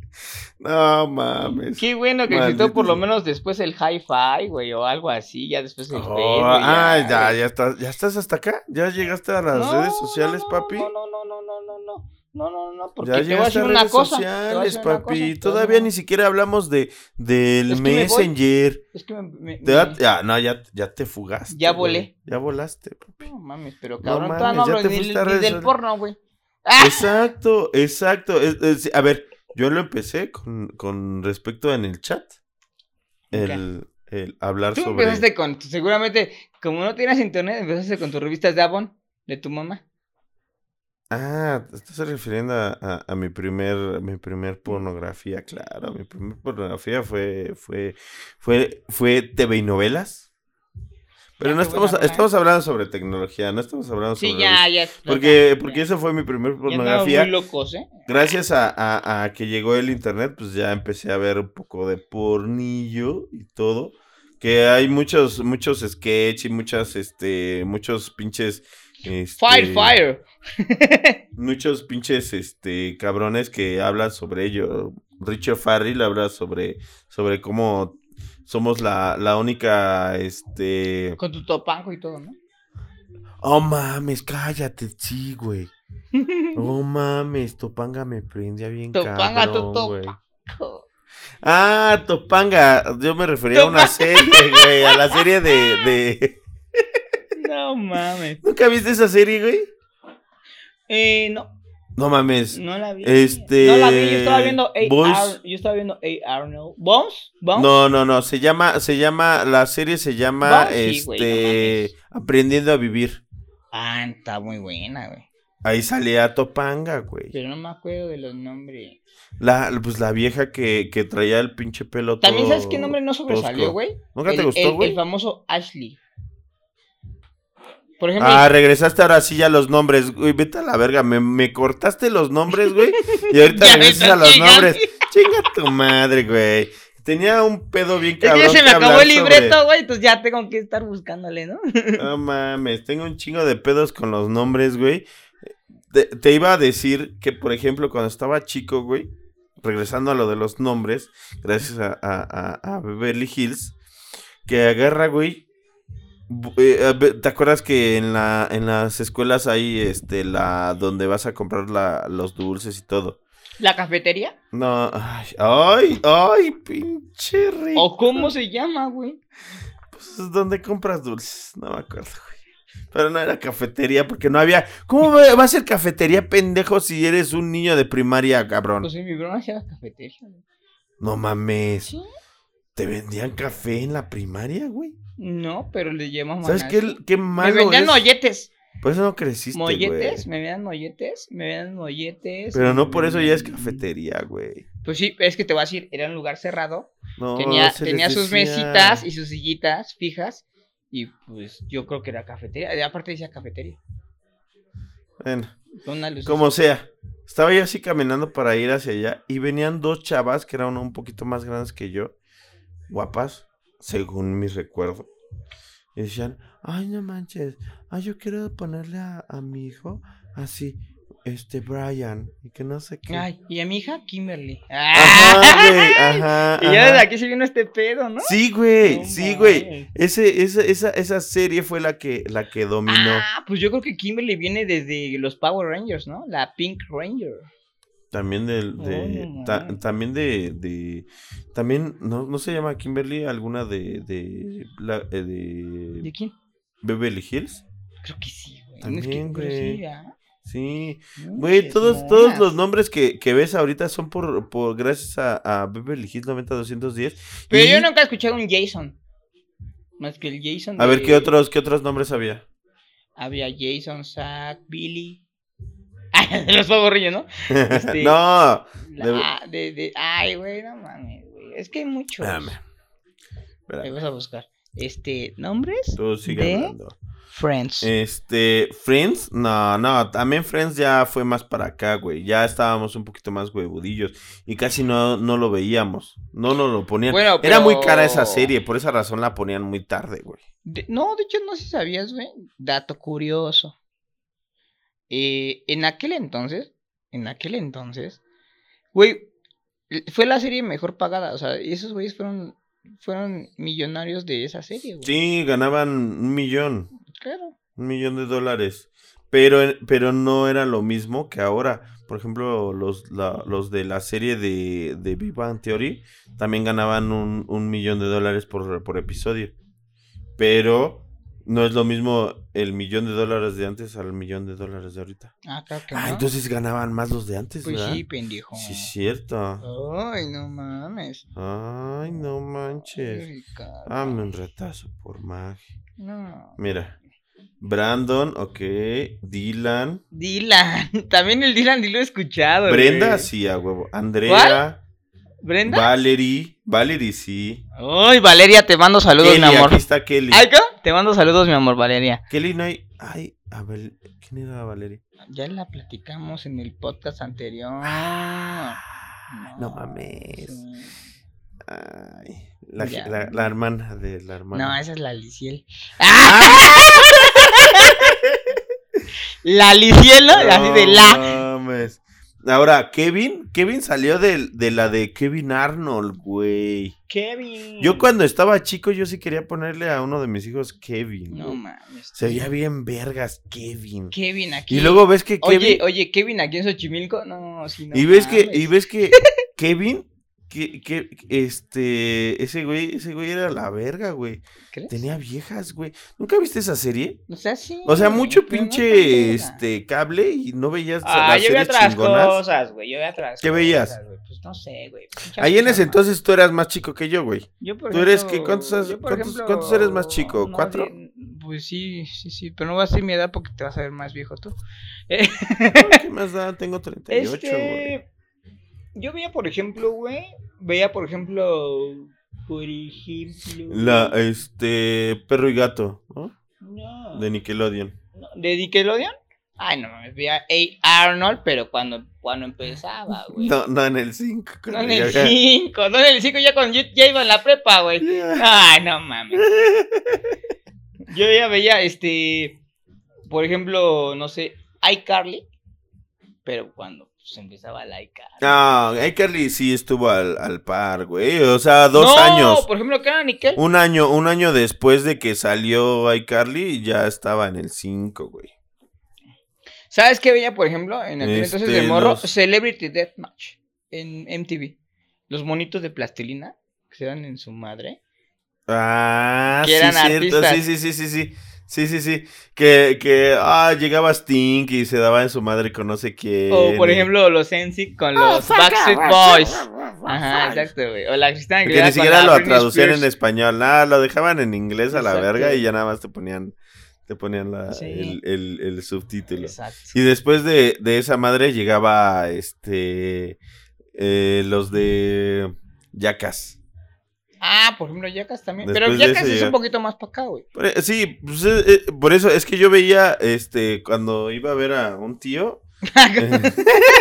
No mames. Qué bueno que Maldito existió por lo sea. menos después el hi-fi, güey, o algo así, ya después el Oh, Facebook. ah, ya, güey. ya estás, ya estás hasta acá. Ya llegaste a las No, redes sociales, no, no, papi. No, no, no, no, no, no, no, no, no, no, porque Ya te voy a llegaste decir a una redes cosa. te voy a sociales, decir una papi. cosa, te voy a Todavía decir ni una- siquiera hablamos de del Es que me voy. Messenger. Es que me, me- Te da- me- ya, no, ya, ya te fugaste. Ya güey. volé. Ya volaste, papi. No mames, pero No cabrón, todavía mames, no ya hablo te ni, fuiste ni a redes del sociales. porno, güey. ¡Ah! Exacto, exacto. Es- es- a ver, yo lo empecé con, con respecto en el chat. El, el hablar Tú sobre. empezaste con, seguramente, como no tienes internet, empezaste con tus revistas de Avon, de tu mamá. Ah, te estás refiriendo a, a, a mi primer, mi primer pornografía, claro. Mi primer pornografía fue, fue, fue, fue T V y novelas. Pero Ya, no qué estamos, buena rola, estamos hablando sobre tecnología, no estamos hablando Sí, sobre. ya, revistas. ya. Porque, ya, porque ya. esa fue mi primer Ya andamos pornografía. muy locos, ¿eh? Gracias a, a, a que llegó el internet, pues ya empecé a ver un poco de pornillo y todo. Que hay muchos, muchos sketch y muchas, este, muchos pinches. Este, Fire, fire. Muchos pinches, este, cabrones que hablan sobre ello. Richard Farrell habla sobre, sobre cómo somos la, la única, este... Con tu topanco y todo, ¿no? Oh, mames, cállate, sí, güey. Oh, mames, Topanga me prendía bien Topanga, tu cabrón, güey. topanco. Ah, Topanga, yo me refería a una Topanga. serie, güey, a la serie de, de... No mames. ¿Nunca viste esa serie, güey? Eh, no, No mames. no la vi. Este, No la vi, yo estaba viendo A. Boys. Ar- yo estaba viendo A. Arnold. ¿Bones? ¿Bones? No, no, no, se llama, se llama, la serie se llama, No, sí, güey, no este, Aprendiendo a Vivir. Ah, está muy buena, güey. Ahí salía Topanga, güey. Pero no me acuerdo de los nombres. La, pues la vieja que, que traía el pinche pelo todo También sabes qué nombre no sobresalió, tosco. güey. ¿Nunca te El- gustó, el- güey? El famoso Ashley. Por ejemplo, Ah, regresaste ahora sí ya los nombres, güey, vete a la verga, me, me cortaste los nombres, güey, y ahorita Ya me regresas estás a los chingando. nombres. Chinga tu madre, güey. Tenía un pedo bien es que cabrón ya se me que acabó hablar el sobre- libreto, güey. Entonces ya tengo que estar buscándole, ¿no? No mames, tengo un chingo de pedos con los nombres, güey. Te, te iba a decir que, por ejemplo, cuando estaba chico, güey, regresando a lo de los nombres, gracias a, a, a, a Beverly Hills, que agarra, güey. Eh, ¿te acuerdas que en la en las escuelas hay este la donde vas a comprar la, los dulces y todo? ¿La cafetería? No, ay, ay, ay, pinche rico. ¿O cómo se llama, güey? Pues es donde compras dulces, no me acuerdo, güey. Pero no era cafetería porque no había. ¿Cómo va a ser cafetería, pendejo, si eres un niño de primaria, cabrón? Pues en mi broma hacía la cafetería, güey. No mames. ¿Sí? ¿Te vendían café en la primaria, güey? No, pero le llamamos. ¿Sabes qué, qué malo Me vendían es? molletes. Por eso no creciste, güey. ¿Molletes? ¿Me vendían molletes? ¿Me vendían molletes? Pero no por eso ya es cafetería, güey. Pues sí, es que te voy a decir, era un lugar cerrado. No, tenía se tenía les sus decía. mesitas y sus sillitas fijas. Y pues yo creo que era cafetería. Y aparte decía cafetería. Bueno, Con una luz. como sea. Estaba yo así caminando para ir hacia allá. Y venían dos chavas que eran un poquito más grandes que yo. Guapas, según mi recuerdo. Y decían, ay, no manches. Ay, yo quiero ponerle a, a mi hijo así, este, Brian. Y que no sé qué. Ay, y a mi hija, Kimberly. Ajá, güey, ajá. Y ya desde ajá. aquí se vino este pedo, ¿no? Sí, güey, No sí, güey. mames. Ese, esa, esa, esa serie fue la que, la que dominó. Ah, pues yo creo que Kimberly viene desde los Power Rangers, ¿no? La Pink Ranger. También de, de Oh, no ta- mames. también de, de, también, ¿no, no se llama Kimberly alguna de, de, la- eh, de ¿De quién? Beverly Hills? Creo que sí, güey. También, Es que, pero sí, güey. ¿verdad? Sí, Muchas güey, todos, todos monas. los nombres que, que ves ahorita son por, por gracias a, a Beverly Hills noventa doscientos diez. Pero Y, yo nunca he escuchado un Jason. Más que el Jason a ver, de- ¿qué otros, qué otros nombres había? Había Jason, Zack, Billy. Ay, de los favorrillos, ¿no? Este, No, La, de, de, ay, güey, no mames, güey. Es que hay muchos. espérame, Ahí espérame, vas a buscar. Este, nombres tú sigue de hablando. Friends. Este, Friends, no, no, también Friends ya fue más para acá, güey. Ya estábamos un poquito más huevudillos y casi no, no lo veíamos. No nos lo ponían. Bueno, Era muy pero- cara esa serie, por esa razón la ponían muy tarde, güey. De- no, de hecho, no sé si sabías, güey. Dato curioso. Eh, en aquel entonces, en aquel entonces, güey, fue la serie mejor pagada. O sea, esos güeyes fueron, fueron millonarios de esa serie, güey. Sí, ganaban un millón, Claro. un millón de dólares. Pero, pero no era lo mismo que ahora. Por ejemplo, los, la- los de la serie de, de Big Bang Theory también ganaban un, un millón de dólares por, por episodio. Pero no es lo mismo el millón de dólares de antes al millón de dólares de ahorita. Ah, claro que Ah, no. entonces ganaban más los de antes, Pues ¿verdad? sí, pendejo. Sí, cierto. Ay, no mames. Ay, no Ay, manches. Ricardo. Dame un retazo por magia. No. Mira. Brandon, ok. Dylan. Dylan. También el Dylan, ni lo he escuchado. Brenda, güey. sí, a huevo. Andrea. ¿Brenda? Valerie. Valerie, sí. Ay, Valeria, te mando saludos, Kelly, mi amor. aquí está Kelly. ¿Ay, qué? Te mando saludos, mi amor, Valeria. Kelly no hay. Ay, a ver. ¿Quién era Valerie? Ya la platicamos en el podcast anterior. No mames. sí. Ay, la, Ya. la, la hermana de la hermana. No, esa es la Liciel. La Liciel, ¿no? Así de la. No mames. Ahora, Kevin, Kevin salió de, de la de Kevin Arnold, güey. Kevin. Yo cuando estaba chico, yo sí quería ponerle a uno de mis hijos Kevin. No güey. mames. Se veía bien vergas Kevin. Kevin aquí. Y luego ves que Kevin. Oye, oye, Kevin aquí en Xochimilco. No, sí, no. y ves que, mames. y ves que Kevin, que, que, este, ese güey, ese güey era la verga, güey. ¿Crees? Tenía viejas, güey. ¿Nunca viste esa serie? O sea, sí. O sea, mucho pero no pinche, tan verga. este, cable y no veías Ah, las yo veía series otras chingonas. cosas, güey. Yo veía otras ¿Qué cosas, veías? güey. Pues no sé, güey. Ahí en ese entonces tú eras más chico que yo, güey. Yo, por ¿Tú eres ejemplo, qué? ¿Cuántos has- yo, por cuántos- ejemplo, cuántos eres más chico? no, ¿Cuatro? die- Pues sí, sí, sí. Pero no vas a decir mi edad porque te vas a ver más viejo tú. Eh, ¿Qué más da? Tengo treinta y ocho, güey. este. Yo veía, por ejemplo, güey. Veía, por ejemplo. Por ejemplo. La, este, Perro y Gato, ¿no? No. De Nickelodeon. No, ¿de Nickelodeon? Ay, no mames. Veía A. Arnold, pero cuando, cuando empezaba, güey. No, no en el cinco. No en el cinco, no en el cinco, ya cuando yo ya iba en la prepa, güey. Ay, no mames. Yo ya veía, este, por ejemplo, no sé, iCarly, pero cuando pues empezaba la iCarly. No, iCarly sí estuvo al, al par, güey. O sea, dos no, años. por ejemplo, ¿qué era Nickel? Un año, un año después de que salió iCarly, ya estaba en el cinco, güey. ¿Sabes qué veía, por ejemplo, en aquel Este, entonces de morro? los- Celebrity Deathmatch en M T V. Los monitos de plastilina que se dan en su madre. Ah, Que sí, eran cierto. artistas. Sí, sí, sí, sí, sí. Sí, sí, sí. Que, que, ah, llegaba Sting y se daba en su madre con no sé quién. O, por y- ejemplo, los N Sync con Oh, los fuck Backstreet off, Boys. fuck off, Ajá, fuck. exacto, güey. O la Cristina Que Aguilera ni con siquiera la lo Britney traducían en Spears. español. Nada, lo dejaban en inglés a la Exacto. verga y ya nada más te ponían, te ponían la, Sí. el, el, el subtítulo. Exacto. Y después de, de esa madre llegaba este eh, los de Jackass. Ah, por ejemplo, Jackass también. Después Pero de Jackass eso es llega- un poquito más para acá, güey. Por e- Sí, pues, eh, eh, por eso es que yo veía este cuando iba a ver a un tío. eh,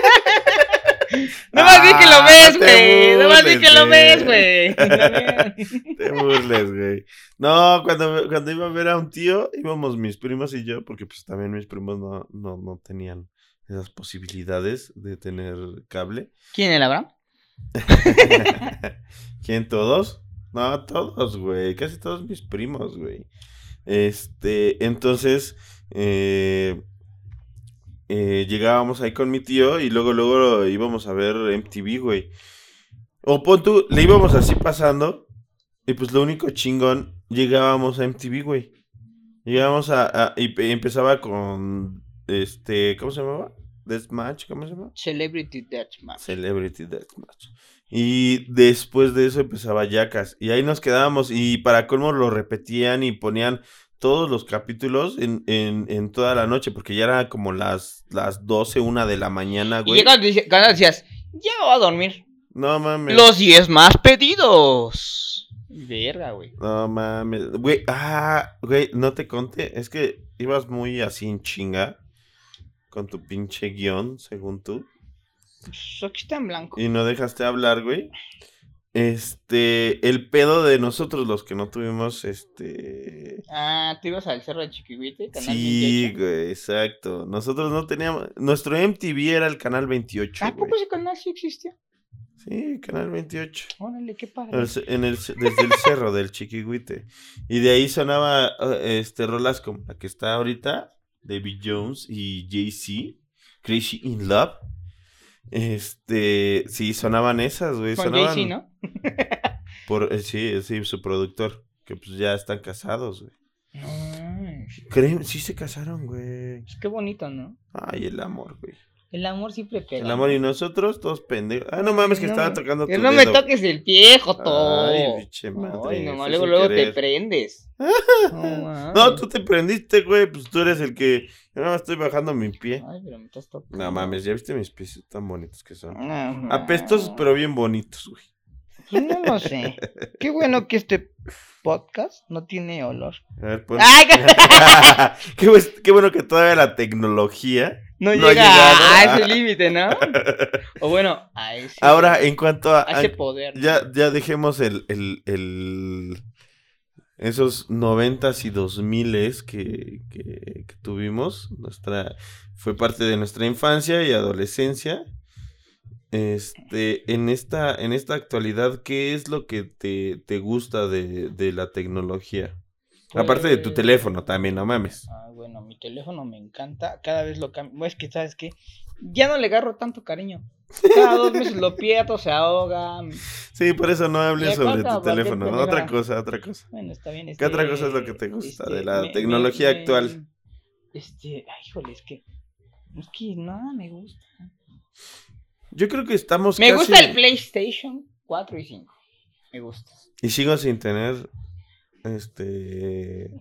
No más di que lo Ah, ves, no te güey. No más di burles, que lo güey. ves, güey. Está bien. Te burles, güey. No, cuando, cuando iba a ver a un tío, íbamos mis primos y yo, porque pues también mis primos no, no, no tenían esas posibilidades de tener cable. ¿Quién el Abraham? ¿Quién, todos? No, todos, güey. Casi todos mis primos, güey. Este, entonces, eh, eh, llegábamos ahí con mi tío y luego, luego íbamos a ver M T V, güey. O pon tú, le íbamos así pasando y pues lo único chingón, llegábamos a M T V, güey. Llegábamos a, a- y pe- empezaba con, este, ¿cómo se llamaba? Deathmatch, ¿cómo se llama? Celebrity Deathmatch. Celebrity Deathmatch. Y después de eso empezaba Jackass. Y ahí nos quedábamos. Y para colmo lo repetían y ponían todos los capítulos en, en, en toda la noche. Porque ya era como las, las doce, una de la mañana, Y güey. ya cuando, dice- cuando decías, ya me voy a dormir. No mames. Los diez más pedidos. Verga, güey. No mames. Güey, ah, güey, no te conté. Es que ibas muy así en chinga. Con tu pinche guión, según tú. Pues aquí está en blanco. Y no dejaste hablar, güey. Este, el pedo de nosotros los que no tuvimos, este... Ah, ¿tú ibas al Cerro de Chiquihuite? Canal Sí, veintiocho? güey, exacto. Nosotros no teníamos... Nuestro M T V era el canal veintiocho, ¿A güey. poco ese canal sí existía? Sí, canal veintiocho. Órale, qué En padre. el ce- en el ce- desde el cerro del Chiquihuite. Y de ahí sonaba eh, este rolas como la que está ahorita, David Jones y Jay-Z, Crazy in Love. Este, sí, sonaban esas, güey. Con Sonaban Jay-Z, ¿no? por, eh, sí, sí, su productor, que pues ya están casados, güey. Ay, Creen, sí se casaron, güey. pues qué bonito, ¿no? Ay, el amor, güey. El amor siempre pega. El amor ¿no? y nosotros, todos pendejos. Ah, no mames, que No estaba me- tocando tu que no me dedo. toques el pie, Joto. Ay, pinche madre, Ay, nomás fue luego, sin luego te querer. prendes. No, No, mames. tú te prendiste, güey. Pues tú eres el que. Yo nada más estoy bajando mi pie. Ay, pero me estás tocando. No mames, ya viste mis pies tan bonitos que son. No, Apestosos, pero bien bonitos, güey. Pues no lo sé. Qué bueno que este podcast no tiene olor. A ver, pon. Ay, qué, bu- qué bueno que todavía la tecnología no, no ha llega llegado a a- ese límite, ¿no? O bueno, a ese. Ahora, en cuanto a. a ese poder. ¿no? Ya, ya dejemos el, el, el esos noventas y dos miles que, que, que tuvimos. Nuestra, fue parte de nuestra infancia y adolescencia. Este, en esta, en esta actualidad, ¿qué es lo que te, te gusta de, de la tecnología? Aparte de tu Pues- teléfono también, no mames. Ah, bueno, mi teléfono me encanta. Cada vez lo cambio. Es que, ¿sabes qué? Ya no le agarro tanto cariño. Cada dos meses lo pierdo, se ahoga. Sí, por eso no hables ¿Y sobre cuánto? tu teléfono, ¿Para ¿no? qué Otra teléfono? cosa, otra cosa. Bueno, está bien. ¿Qué otra este, cosa es lo que te gusta de la me- tecnología me- me- actual? Este, ay, híjole, es que. Es que nada me gusta. Yo creo que estamos Me casi... gusta el PlayStation cuatro y cinco. Me gusta. Y sigo sin tener, este...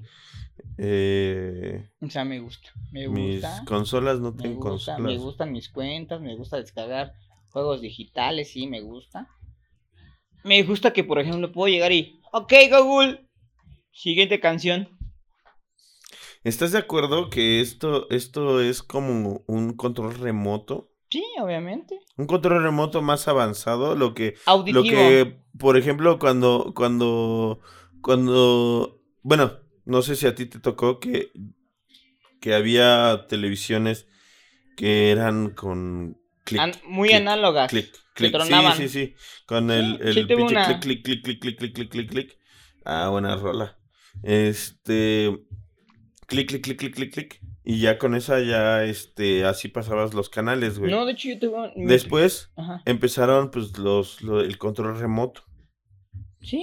Eh, O sea, me gusta. Me mis gusta. consolas no Me tienen gusta, me consolas. gustan mis cuentas, me gusta descargar juegos digitales, sí, me gusta. Me gusta que, por ejemplo, puedo llegar y, ok, Google, siguiente canción. ¿Estás de acuerdo que esto, esto es como un control remoto? Sí, obviamente. Un control remoto más avanzado, lo que, Auditivo. lo que, por ejemplo, cuando, cuando, cuando, bueno, no sé si a ti te tocó que, que había televisiones que eran con clic. An- muy clic, análogas. Clic, Que clic. Sí, tronaban. sí, sí. Con el, Sí, el sí tuve pinche una. clic, clic, clic, clic, clic, clic, clic, clic, clic. Ah, buena rola. Este. Clic, clic, clic, clic, clic, clic. Y ya con esa ya, este, así pasabas los canales, güey. No, de hecho yo tuve un- mi- Después Ajá. empezaron, pues, los, lo- el control remoto. Sí.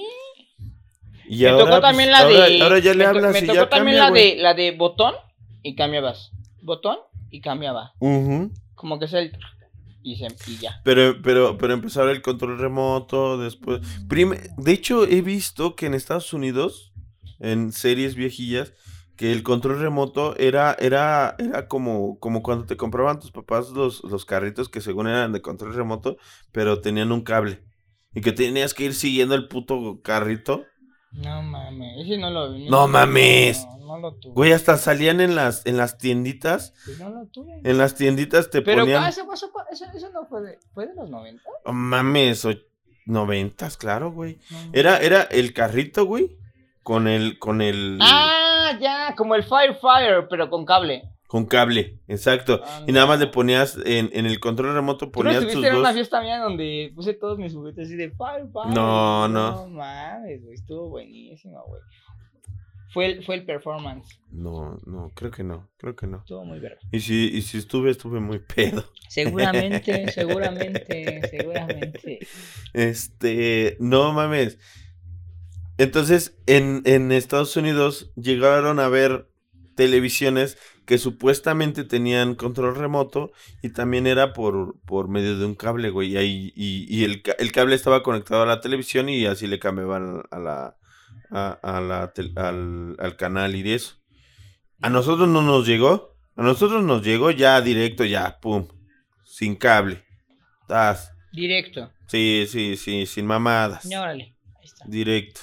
Y Me ahora, tocó también pues, la ahora, de. ahora ya le me, to- hablas me y tocó ya también cambia, la güey. de la de botón y cambiabas. Botón y cambiaba. Ujú. Como que es el. Y, se, y ya. Pero, pero, pero empezaron el control remoto, después... Prime- de hecho, he visto que en Estados Unidos, en series viejillas, que el control remoto era, era, era como, como cuando te compraban tus papás los, los carritos que según eran de control remoto, pero tenían un cable. Y que tenías que ir siguiendo el puto carrito. No mames, ese no lo vi. ¡No mames! No, no lo tuve. Güey, hasta salían en las, en las tienditas. Pues no lo tuve. En las tienditas te Pero ponían... ah, eso, eso, eso, eso no fue de, fue de los noventa. Oh, mames, o- noventas, claro, güey. No, no. Era, era el carrito, güey, con el, con el... Ah, ya, como el Fire Fire, pero con cable. Con cable, exacto. Ah, Y nada no. más le ponías, en, en el control remoto ¿Tú no ponías tus estuviste en una dos... fiesta mía donde puse todos mis juguetes así de Fire Fire? No, no. No mames, güey, estuvo buenísimo, güey. Fue el, fue el performance. No, no, creo que no, creo que no. Estuvo muy verga. Y si, y si estuve, estuve muy pedo. Seguramente, seguramente, seguramente. Este, no mames. Entonces, en, en Estados Unidos llegaron a ver televisiones que supuestamente tenían control remoto y también era por, por medio de un cable, güey. Y, ahí, y, y el, ca- el cable estaba conectado a la televisión y así le cambiaban a la, a, a la tel- al, al canal y de eso. A nosotros no nos llegó. A nosotros nos llegó ya directo, ya, pum. Sin cable. Tas. Directo. Sí, sí, sí, sin mamadas. Ya, órale. Ahí está. Directo.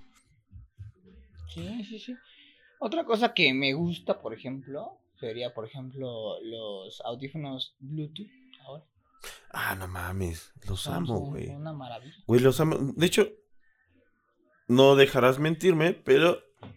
Sí, sí, sí. Otra cosa que me gusta, por ejemplo, sería, por ejemplo, los audífonos Bluetooth ahora. Ah, no mames. Los Son- amo, son güey. una maravilla. Güey, los amo. De hecho, no dejarás mentirme, pero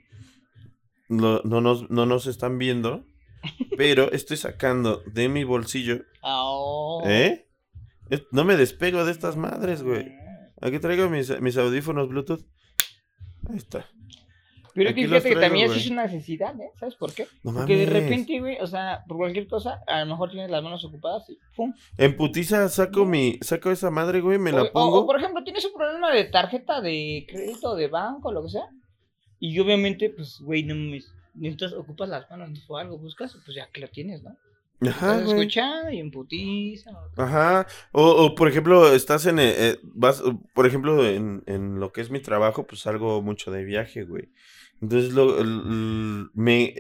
lo- no, nos, no nos están viendo. Pero estoy sacando de mi bolsillo. Oh. ¿Eh? Es- No me despego de estas madres, güey. Aquí traigo mis, mis audífonos Bluetooth. Ahí está. Pero Aquí que los fíjate que traigo, también eso güey. es una necesidad, ¿eh? ¿Sabes por qué? No Porque de mames. repente, güey, o sea, por cualquier cosa, a lo mejor tienes las manos ocupadas y ¡pum! En putiza saco mi, saco esa madre, güey, me O, la o- pongo. o, por ejemplo, tienes un problema de tarjeta de crédito, de banco, lo que sea. Y obviamente, pues, güey, no mames, necesitas, ocupas las manos o algo, buscas, pues ya que lo tienes, ¿no? Ajá, Estás güey. escuchando y en putiza. Ajá. O, o, por ejemplo, estás en, eh, eh, vas, por ejemplo, en, en lo que es mi trabajo, pues salgo mucho de viaje, güey. Entonces lo, l- me,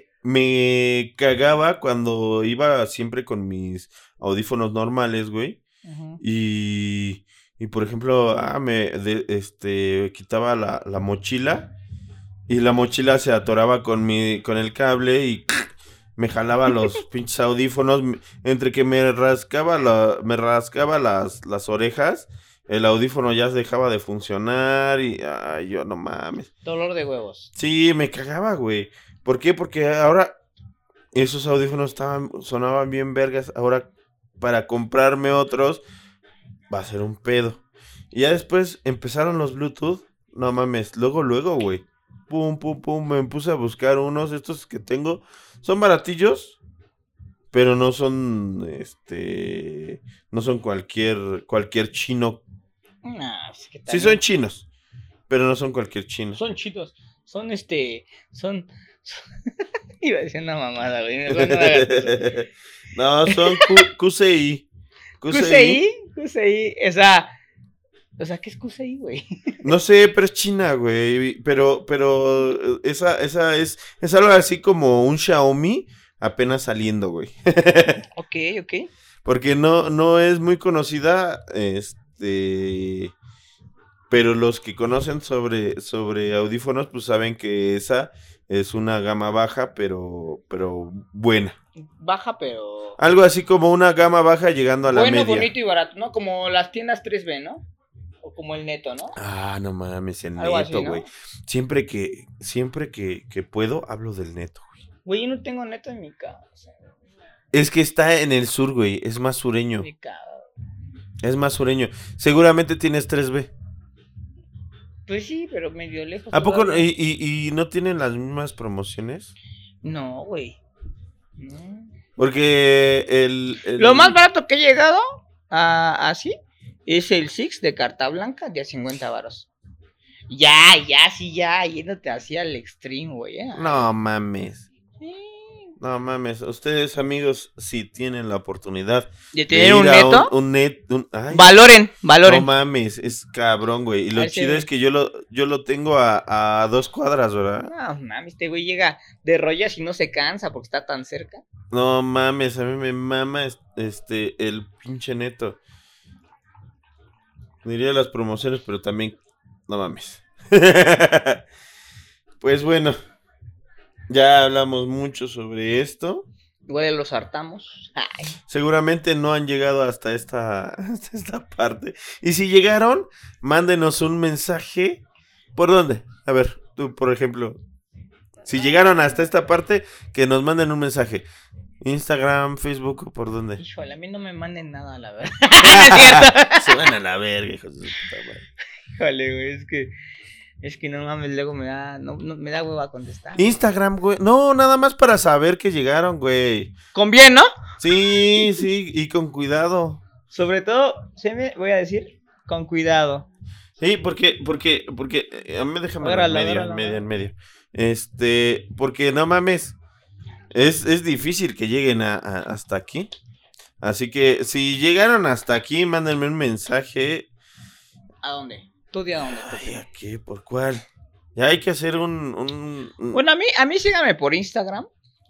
me cagaba cuando iba siempre con mis audífonos normales, güey. Ujú. Y, y por ejemplo, ah, me de- este, quitaba la, la mochila y la mochila se atoraba con mi, con el cable y me jalaba los pinches audífonos. me- Entre que me rascaba la, me rascaba las, las orejas, el audífono ya dejaba de funcionar y ay, yo no mames. Dolor de huevos. Sí, me cagaba, güey. ¿Por qué? Porque ahora esos audífonos estaban, sonaban bien vergas. Ahora, para comprarme otros, va a ser un pedo. Y ya después empezaron los Bluetooth. No mames, luego, luego, güey. Pum, pum, pum. Me puse a buscar unos. Estos que tengo son baratillos, pero no son, este, no son cualquier, cualquier chino. Nah, es que Sí también son chinos, pero no son cualquier chino. son chidos. Son este. Son. Iba a decir una mamada, güey. Mejor no hagas eso. No, son Q- QCI. Q C I, Q C I, o sea, o sea, ¿qué es Q C I, güey? No sé, pero es China, güey. Pero, pero esa, esa es, es algo así como un Xiaomi apenas saliendo, güey. Ok, ok. Porque no, no es muy conocida, este, pero los que conocen sobre, sobre audífonos, pues saben que esa es una gama baja, pero, pero buena. Baja, pero. Algo así como una gama baja llegando a la Bueno, media. bonito y barato, ¿no? Como las tiendas tres B, ¿no? O como el Neto, ¿no? Ah, no mames, el Algo así, neto, ¿no? güey. Siempre que, siempre que, que puedo, hablo del neto, güey. Güey, yo no tengo Neto en mi casa. Es que está en el sur, güey. Es más sureño. Mi casa. Es más sureño. Seguramente tienes tres B. Pues sí, pero medio lejos. ¿A poco todavía. y, y, y no tienen las mismas promociones? No, güey. No. Porque el, el... Lo más barato que he llegado a así es el Six de carta blanca de a cincuenta varos. Ya, ya, sí, ya, yéndote hacia el extreme, güey. ¿eh? No mames. Sí. No mames. Ustedes, amigos, si tienen la oportunidad ¿De tener un ir a neto? Un, un net, un- ay, Valoren, valoren. no mames, es cabrón, güey. Y A lo ver si- chido es que yo lo, yo lo tengo a, a dos cuadras, ¿verdad? No, mames, este güey llega de rollas y no se cansa porque está tan cerca. No mames, a mí me mama es- este el pinche neto. Diría las promociones, pero también no mames. Pues bueno, ya hablamos mucho sobre esto. Igual los hartamos. Ay. Seguramente no han llegado hasta esta, hasta esta parte. Y si llegaron, mándenos un mensaje. ¿Por dónde? A ver, tú, por ejemplo. Si llegaron hasta esta parte, que nos manden un mensaje. Instagram, Facebook, ¿por dónde? Híjole, a mí no me manden nada, la verdad. No es cierto. Se van a la verga, hijos de su puta madre. Híjole, güey, es que. Es que no mames, luego me da. No, no, me da hueva contestar. Instagram, güey. No, nada más para saber que llegaron, güey. Con bien, ¿no? Sí, sí, y con cuidado. Sobre todo, se me voy a decir, con cuidado. Sí, porque, porque, porque, eh, a mí déjame en Agárrala, medio, en agárrala, medio, en agárrala. medio. Este, porque no mames, es, es difícil que lleguen a, a- hasta aquí. Así que si llegaron hasta aquí, mándenme un mensaje. ¿A dónde? ¿Tú di a dónde? Ay, ¿a qué? ¿Por cuál? Ya hay que hacer un, un, un- Bueno, a mí, a mí síganme por Instagram,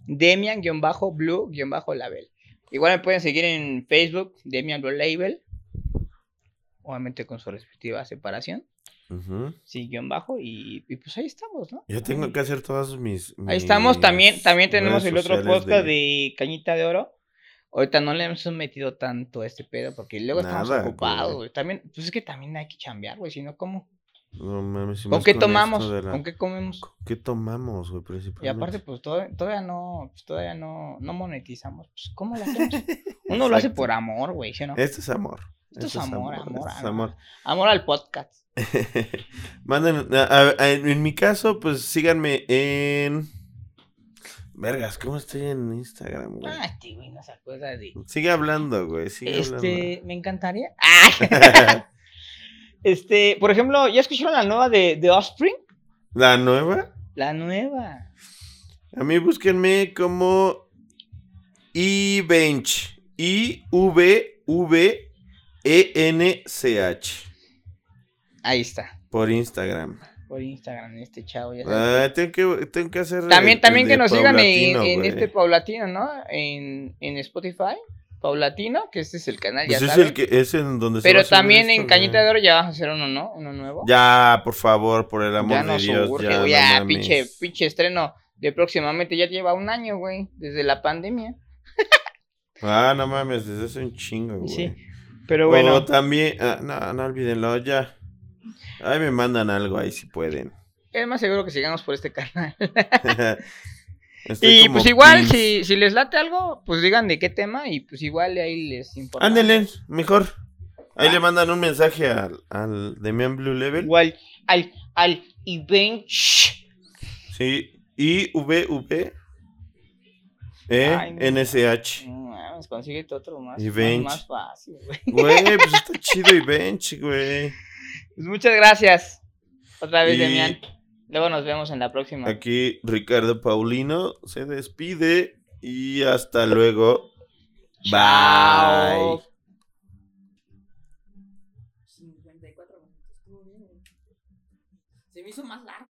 Demian-Blue-Label. Igual me pueden seguir en Facebook, Demian Blue Label. Obviamente con su respectiva separación. Ujú. Sí, guión bajo. Y, y pues ahí estamos, ¿no? Yo tengo Ahí, que hacer todas mis, ahí estamos. También, también tenemos redes el otro sociales podcast de- de... Cañita de Oro. Ahorita no le hemos metido tanto a este pedo porque luego estamos Nada, ocupados, güey. güey. También, pues es que también hay que chambear, güey. Si no, ¿cómo? No mames, y ¿Con más qué con tomamos? esto de la- ¿Con qué comemos? ¿Con qué tomamos, güey, Y principalmente? aparte, pues todavía, todavía no, pues, todavía no, no monetizamos. Pues, ¿cómo lo hacemos? Uno lo hace Exacto. por amor, güey, ¿sí o no? Esto es amor. Esto es amor, amor, esto es amor. amor. Amor al podcast. Manden, a- a- a- en mi caso, pues síganme en... Vergas, ¿cómo estoy en Instagram, güey? Ah, este güey no se acuerda de... Sigue hablando, güey, sigue Este, me encantaría. Ah. hablando. Este, por ejemplo, ¿ya escucharon la nueva de, de Offspring? ¿La nueva? La nueva. A mí búsquenme como iVench. I V V E N C H. Ahí está. Por Instagram. Por Instagram, este chavo. Ya sabe. Ah, tengo que, tengo que hacer. También, el- también el que de nos sigan en, Paulatino, en güey. este Paulatino, ¿no? En, en Spotify. Paulatino, que este es el canal, ya Pues es saben. el que es en donde se va a Pero subir también esto, en Cañita güey. de Oro ya vas a hacer uno, ¿no? Uno nuevo. Ya, por favor, por el amor Ya de nos Dios. urge, ya, güey. no Ya, mames. pinche, pinche estreno de próximamente. Ya lleva un año, güey. Desde la pandemia. Ah, no mames, desde hace un chingo, güey. Sí. Pero bueno. O también, ah, no, no olvídenlo, ya. Ahí me mandan algo ahí si pueden. Es más seguro que sigamos por este canal. Estoy Y como pues igual, Pins. si, si les late algo, pues digan de qué tema y pues igual ahí les importa. Ándele, mejor. Ahí Ah. le mandan un mensaje al, al Demian Blue Level. Igual al, al event. Sí, I V V E Ay, no. N C H. No mames, consíguete otro más, Y más, bench. más fácil, güey. Güey, pues está chido y bench, güey. Pues muchas gracias. Otra vez, Y- Demian. Luego nos vemos en la próxima. Aquí Ricardo Paulino se despide y hasta luego. Chao. Bye. cincuenta y cuatro minutos. Estuvo bien, güey. Se me hizo más largo.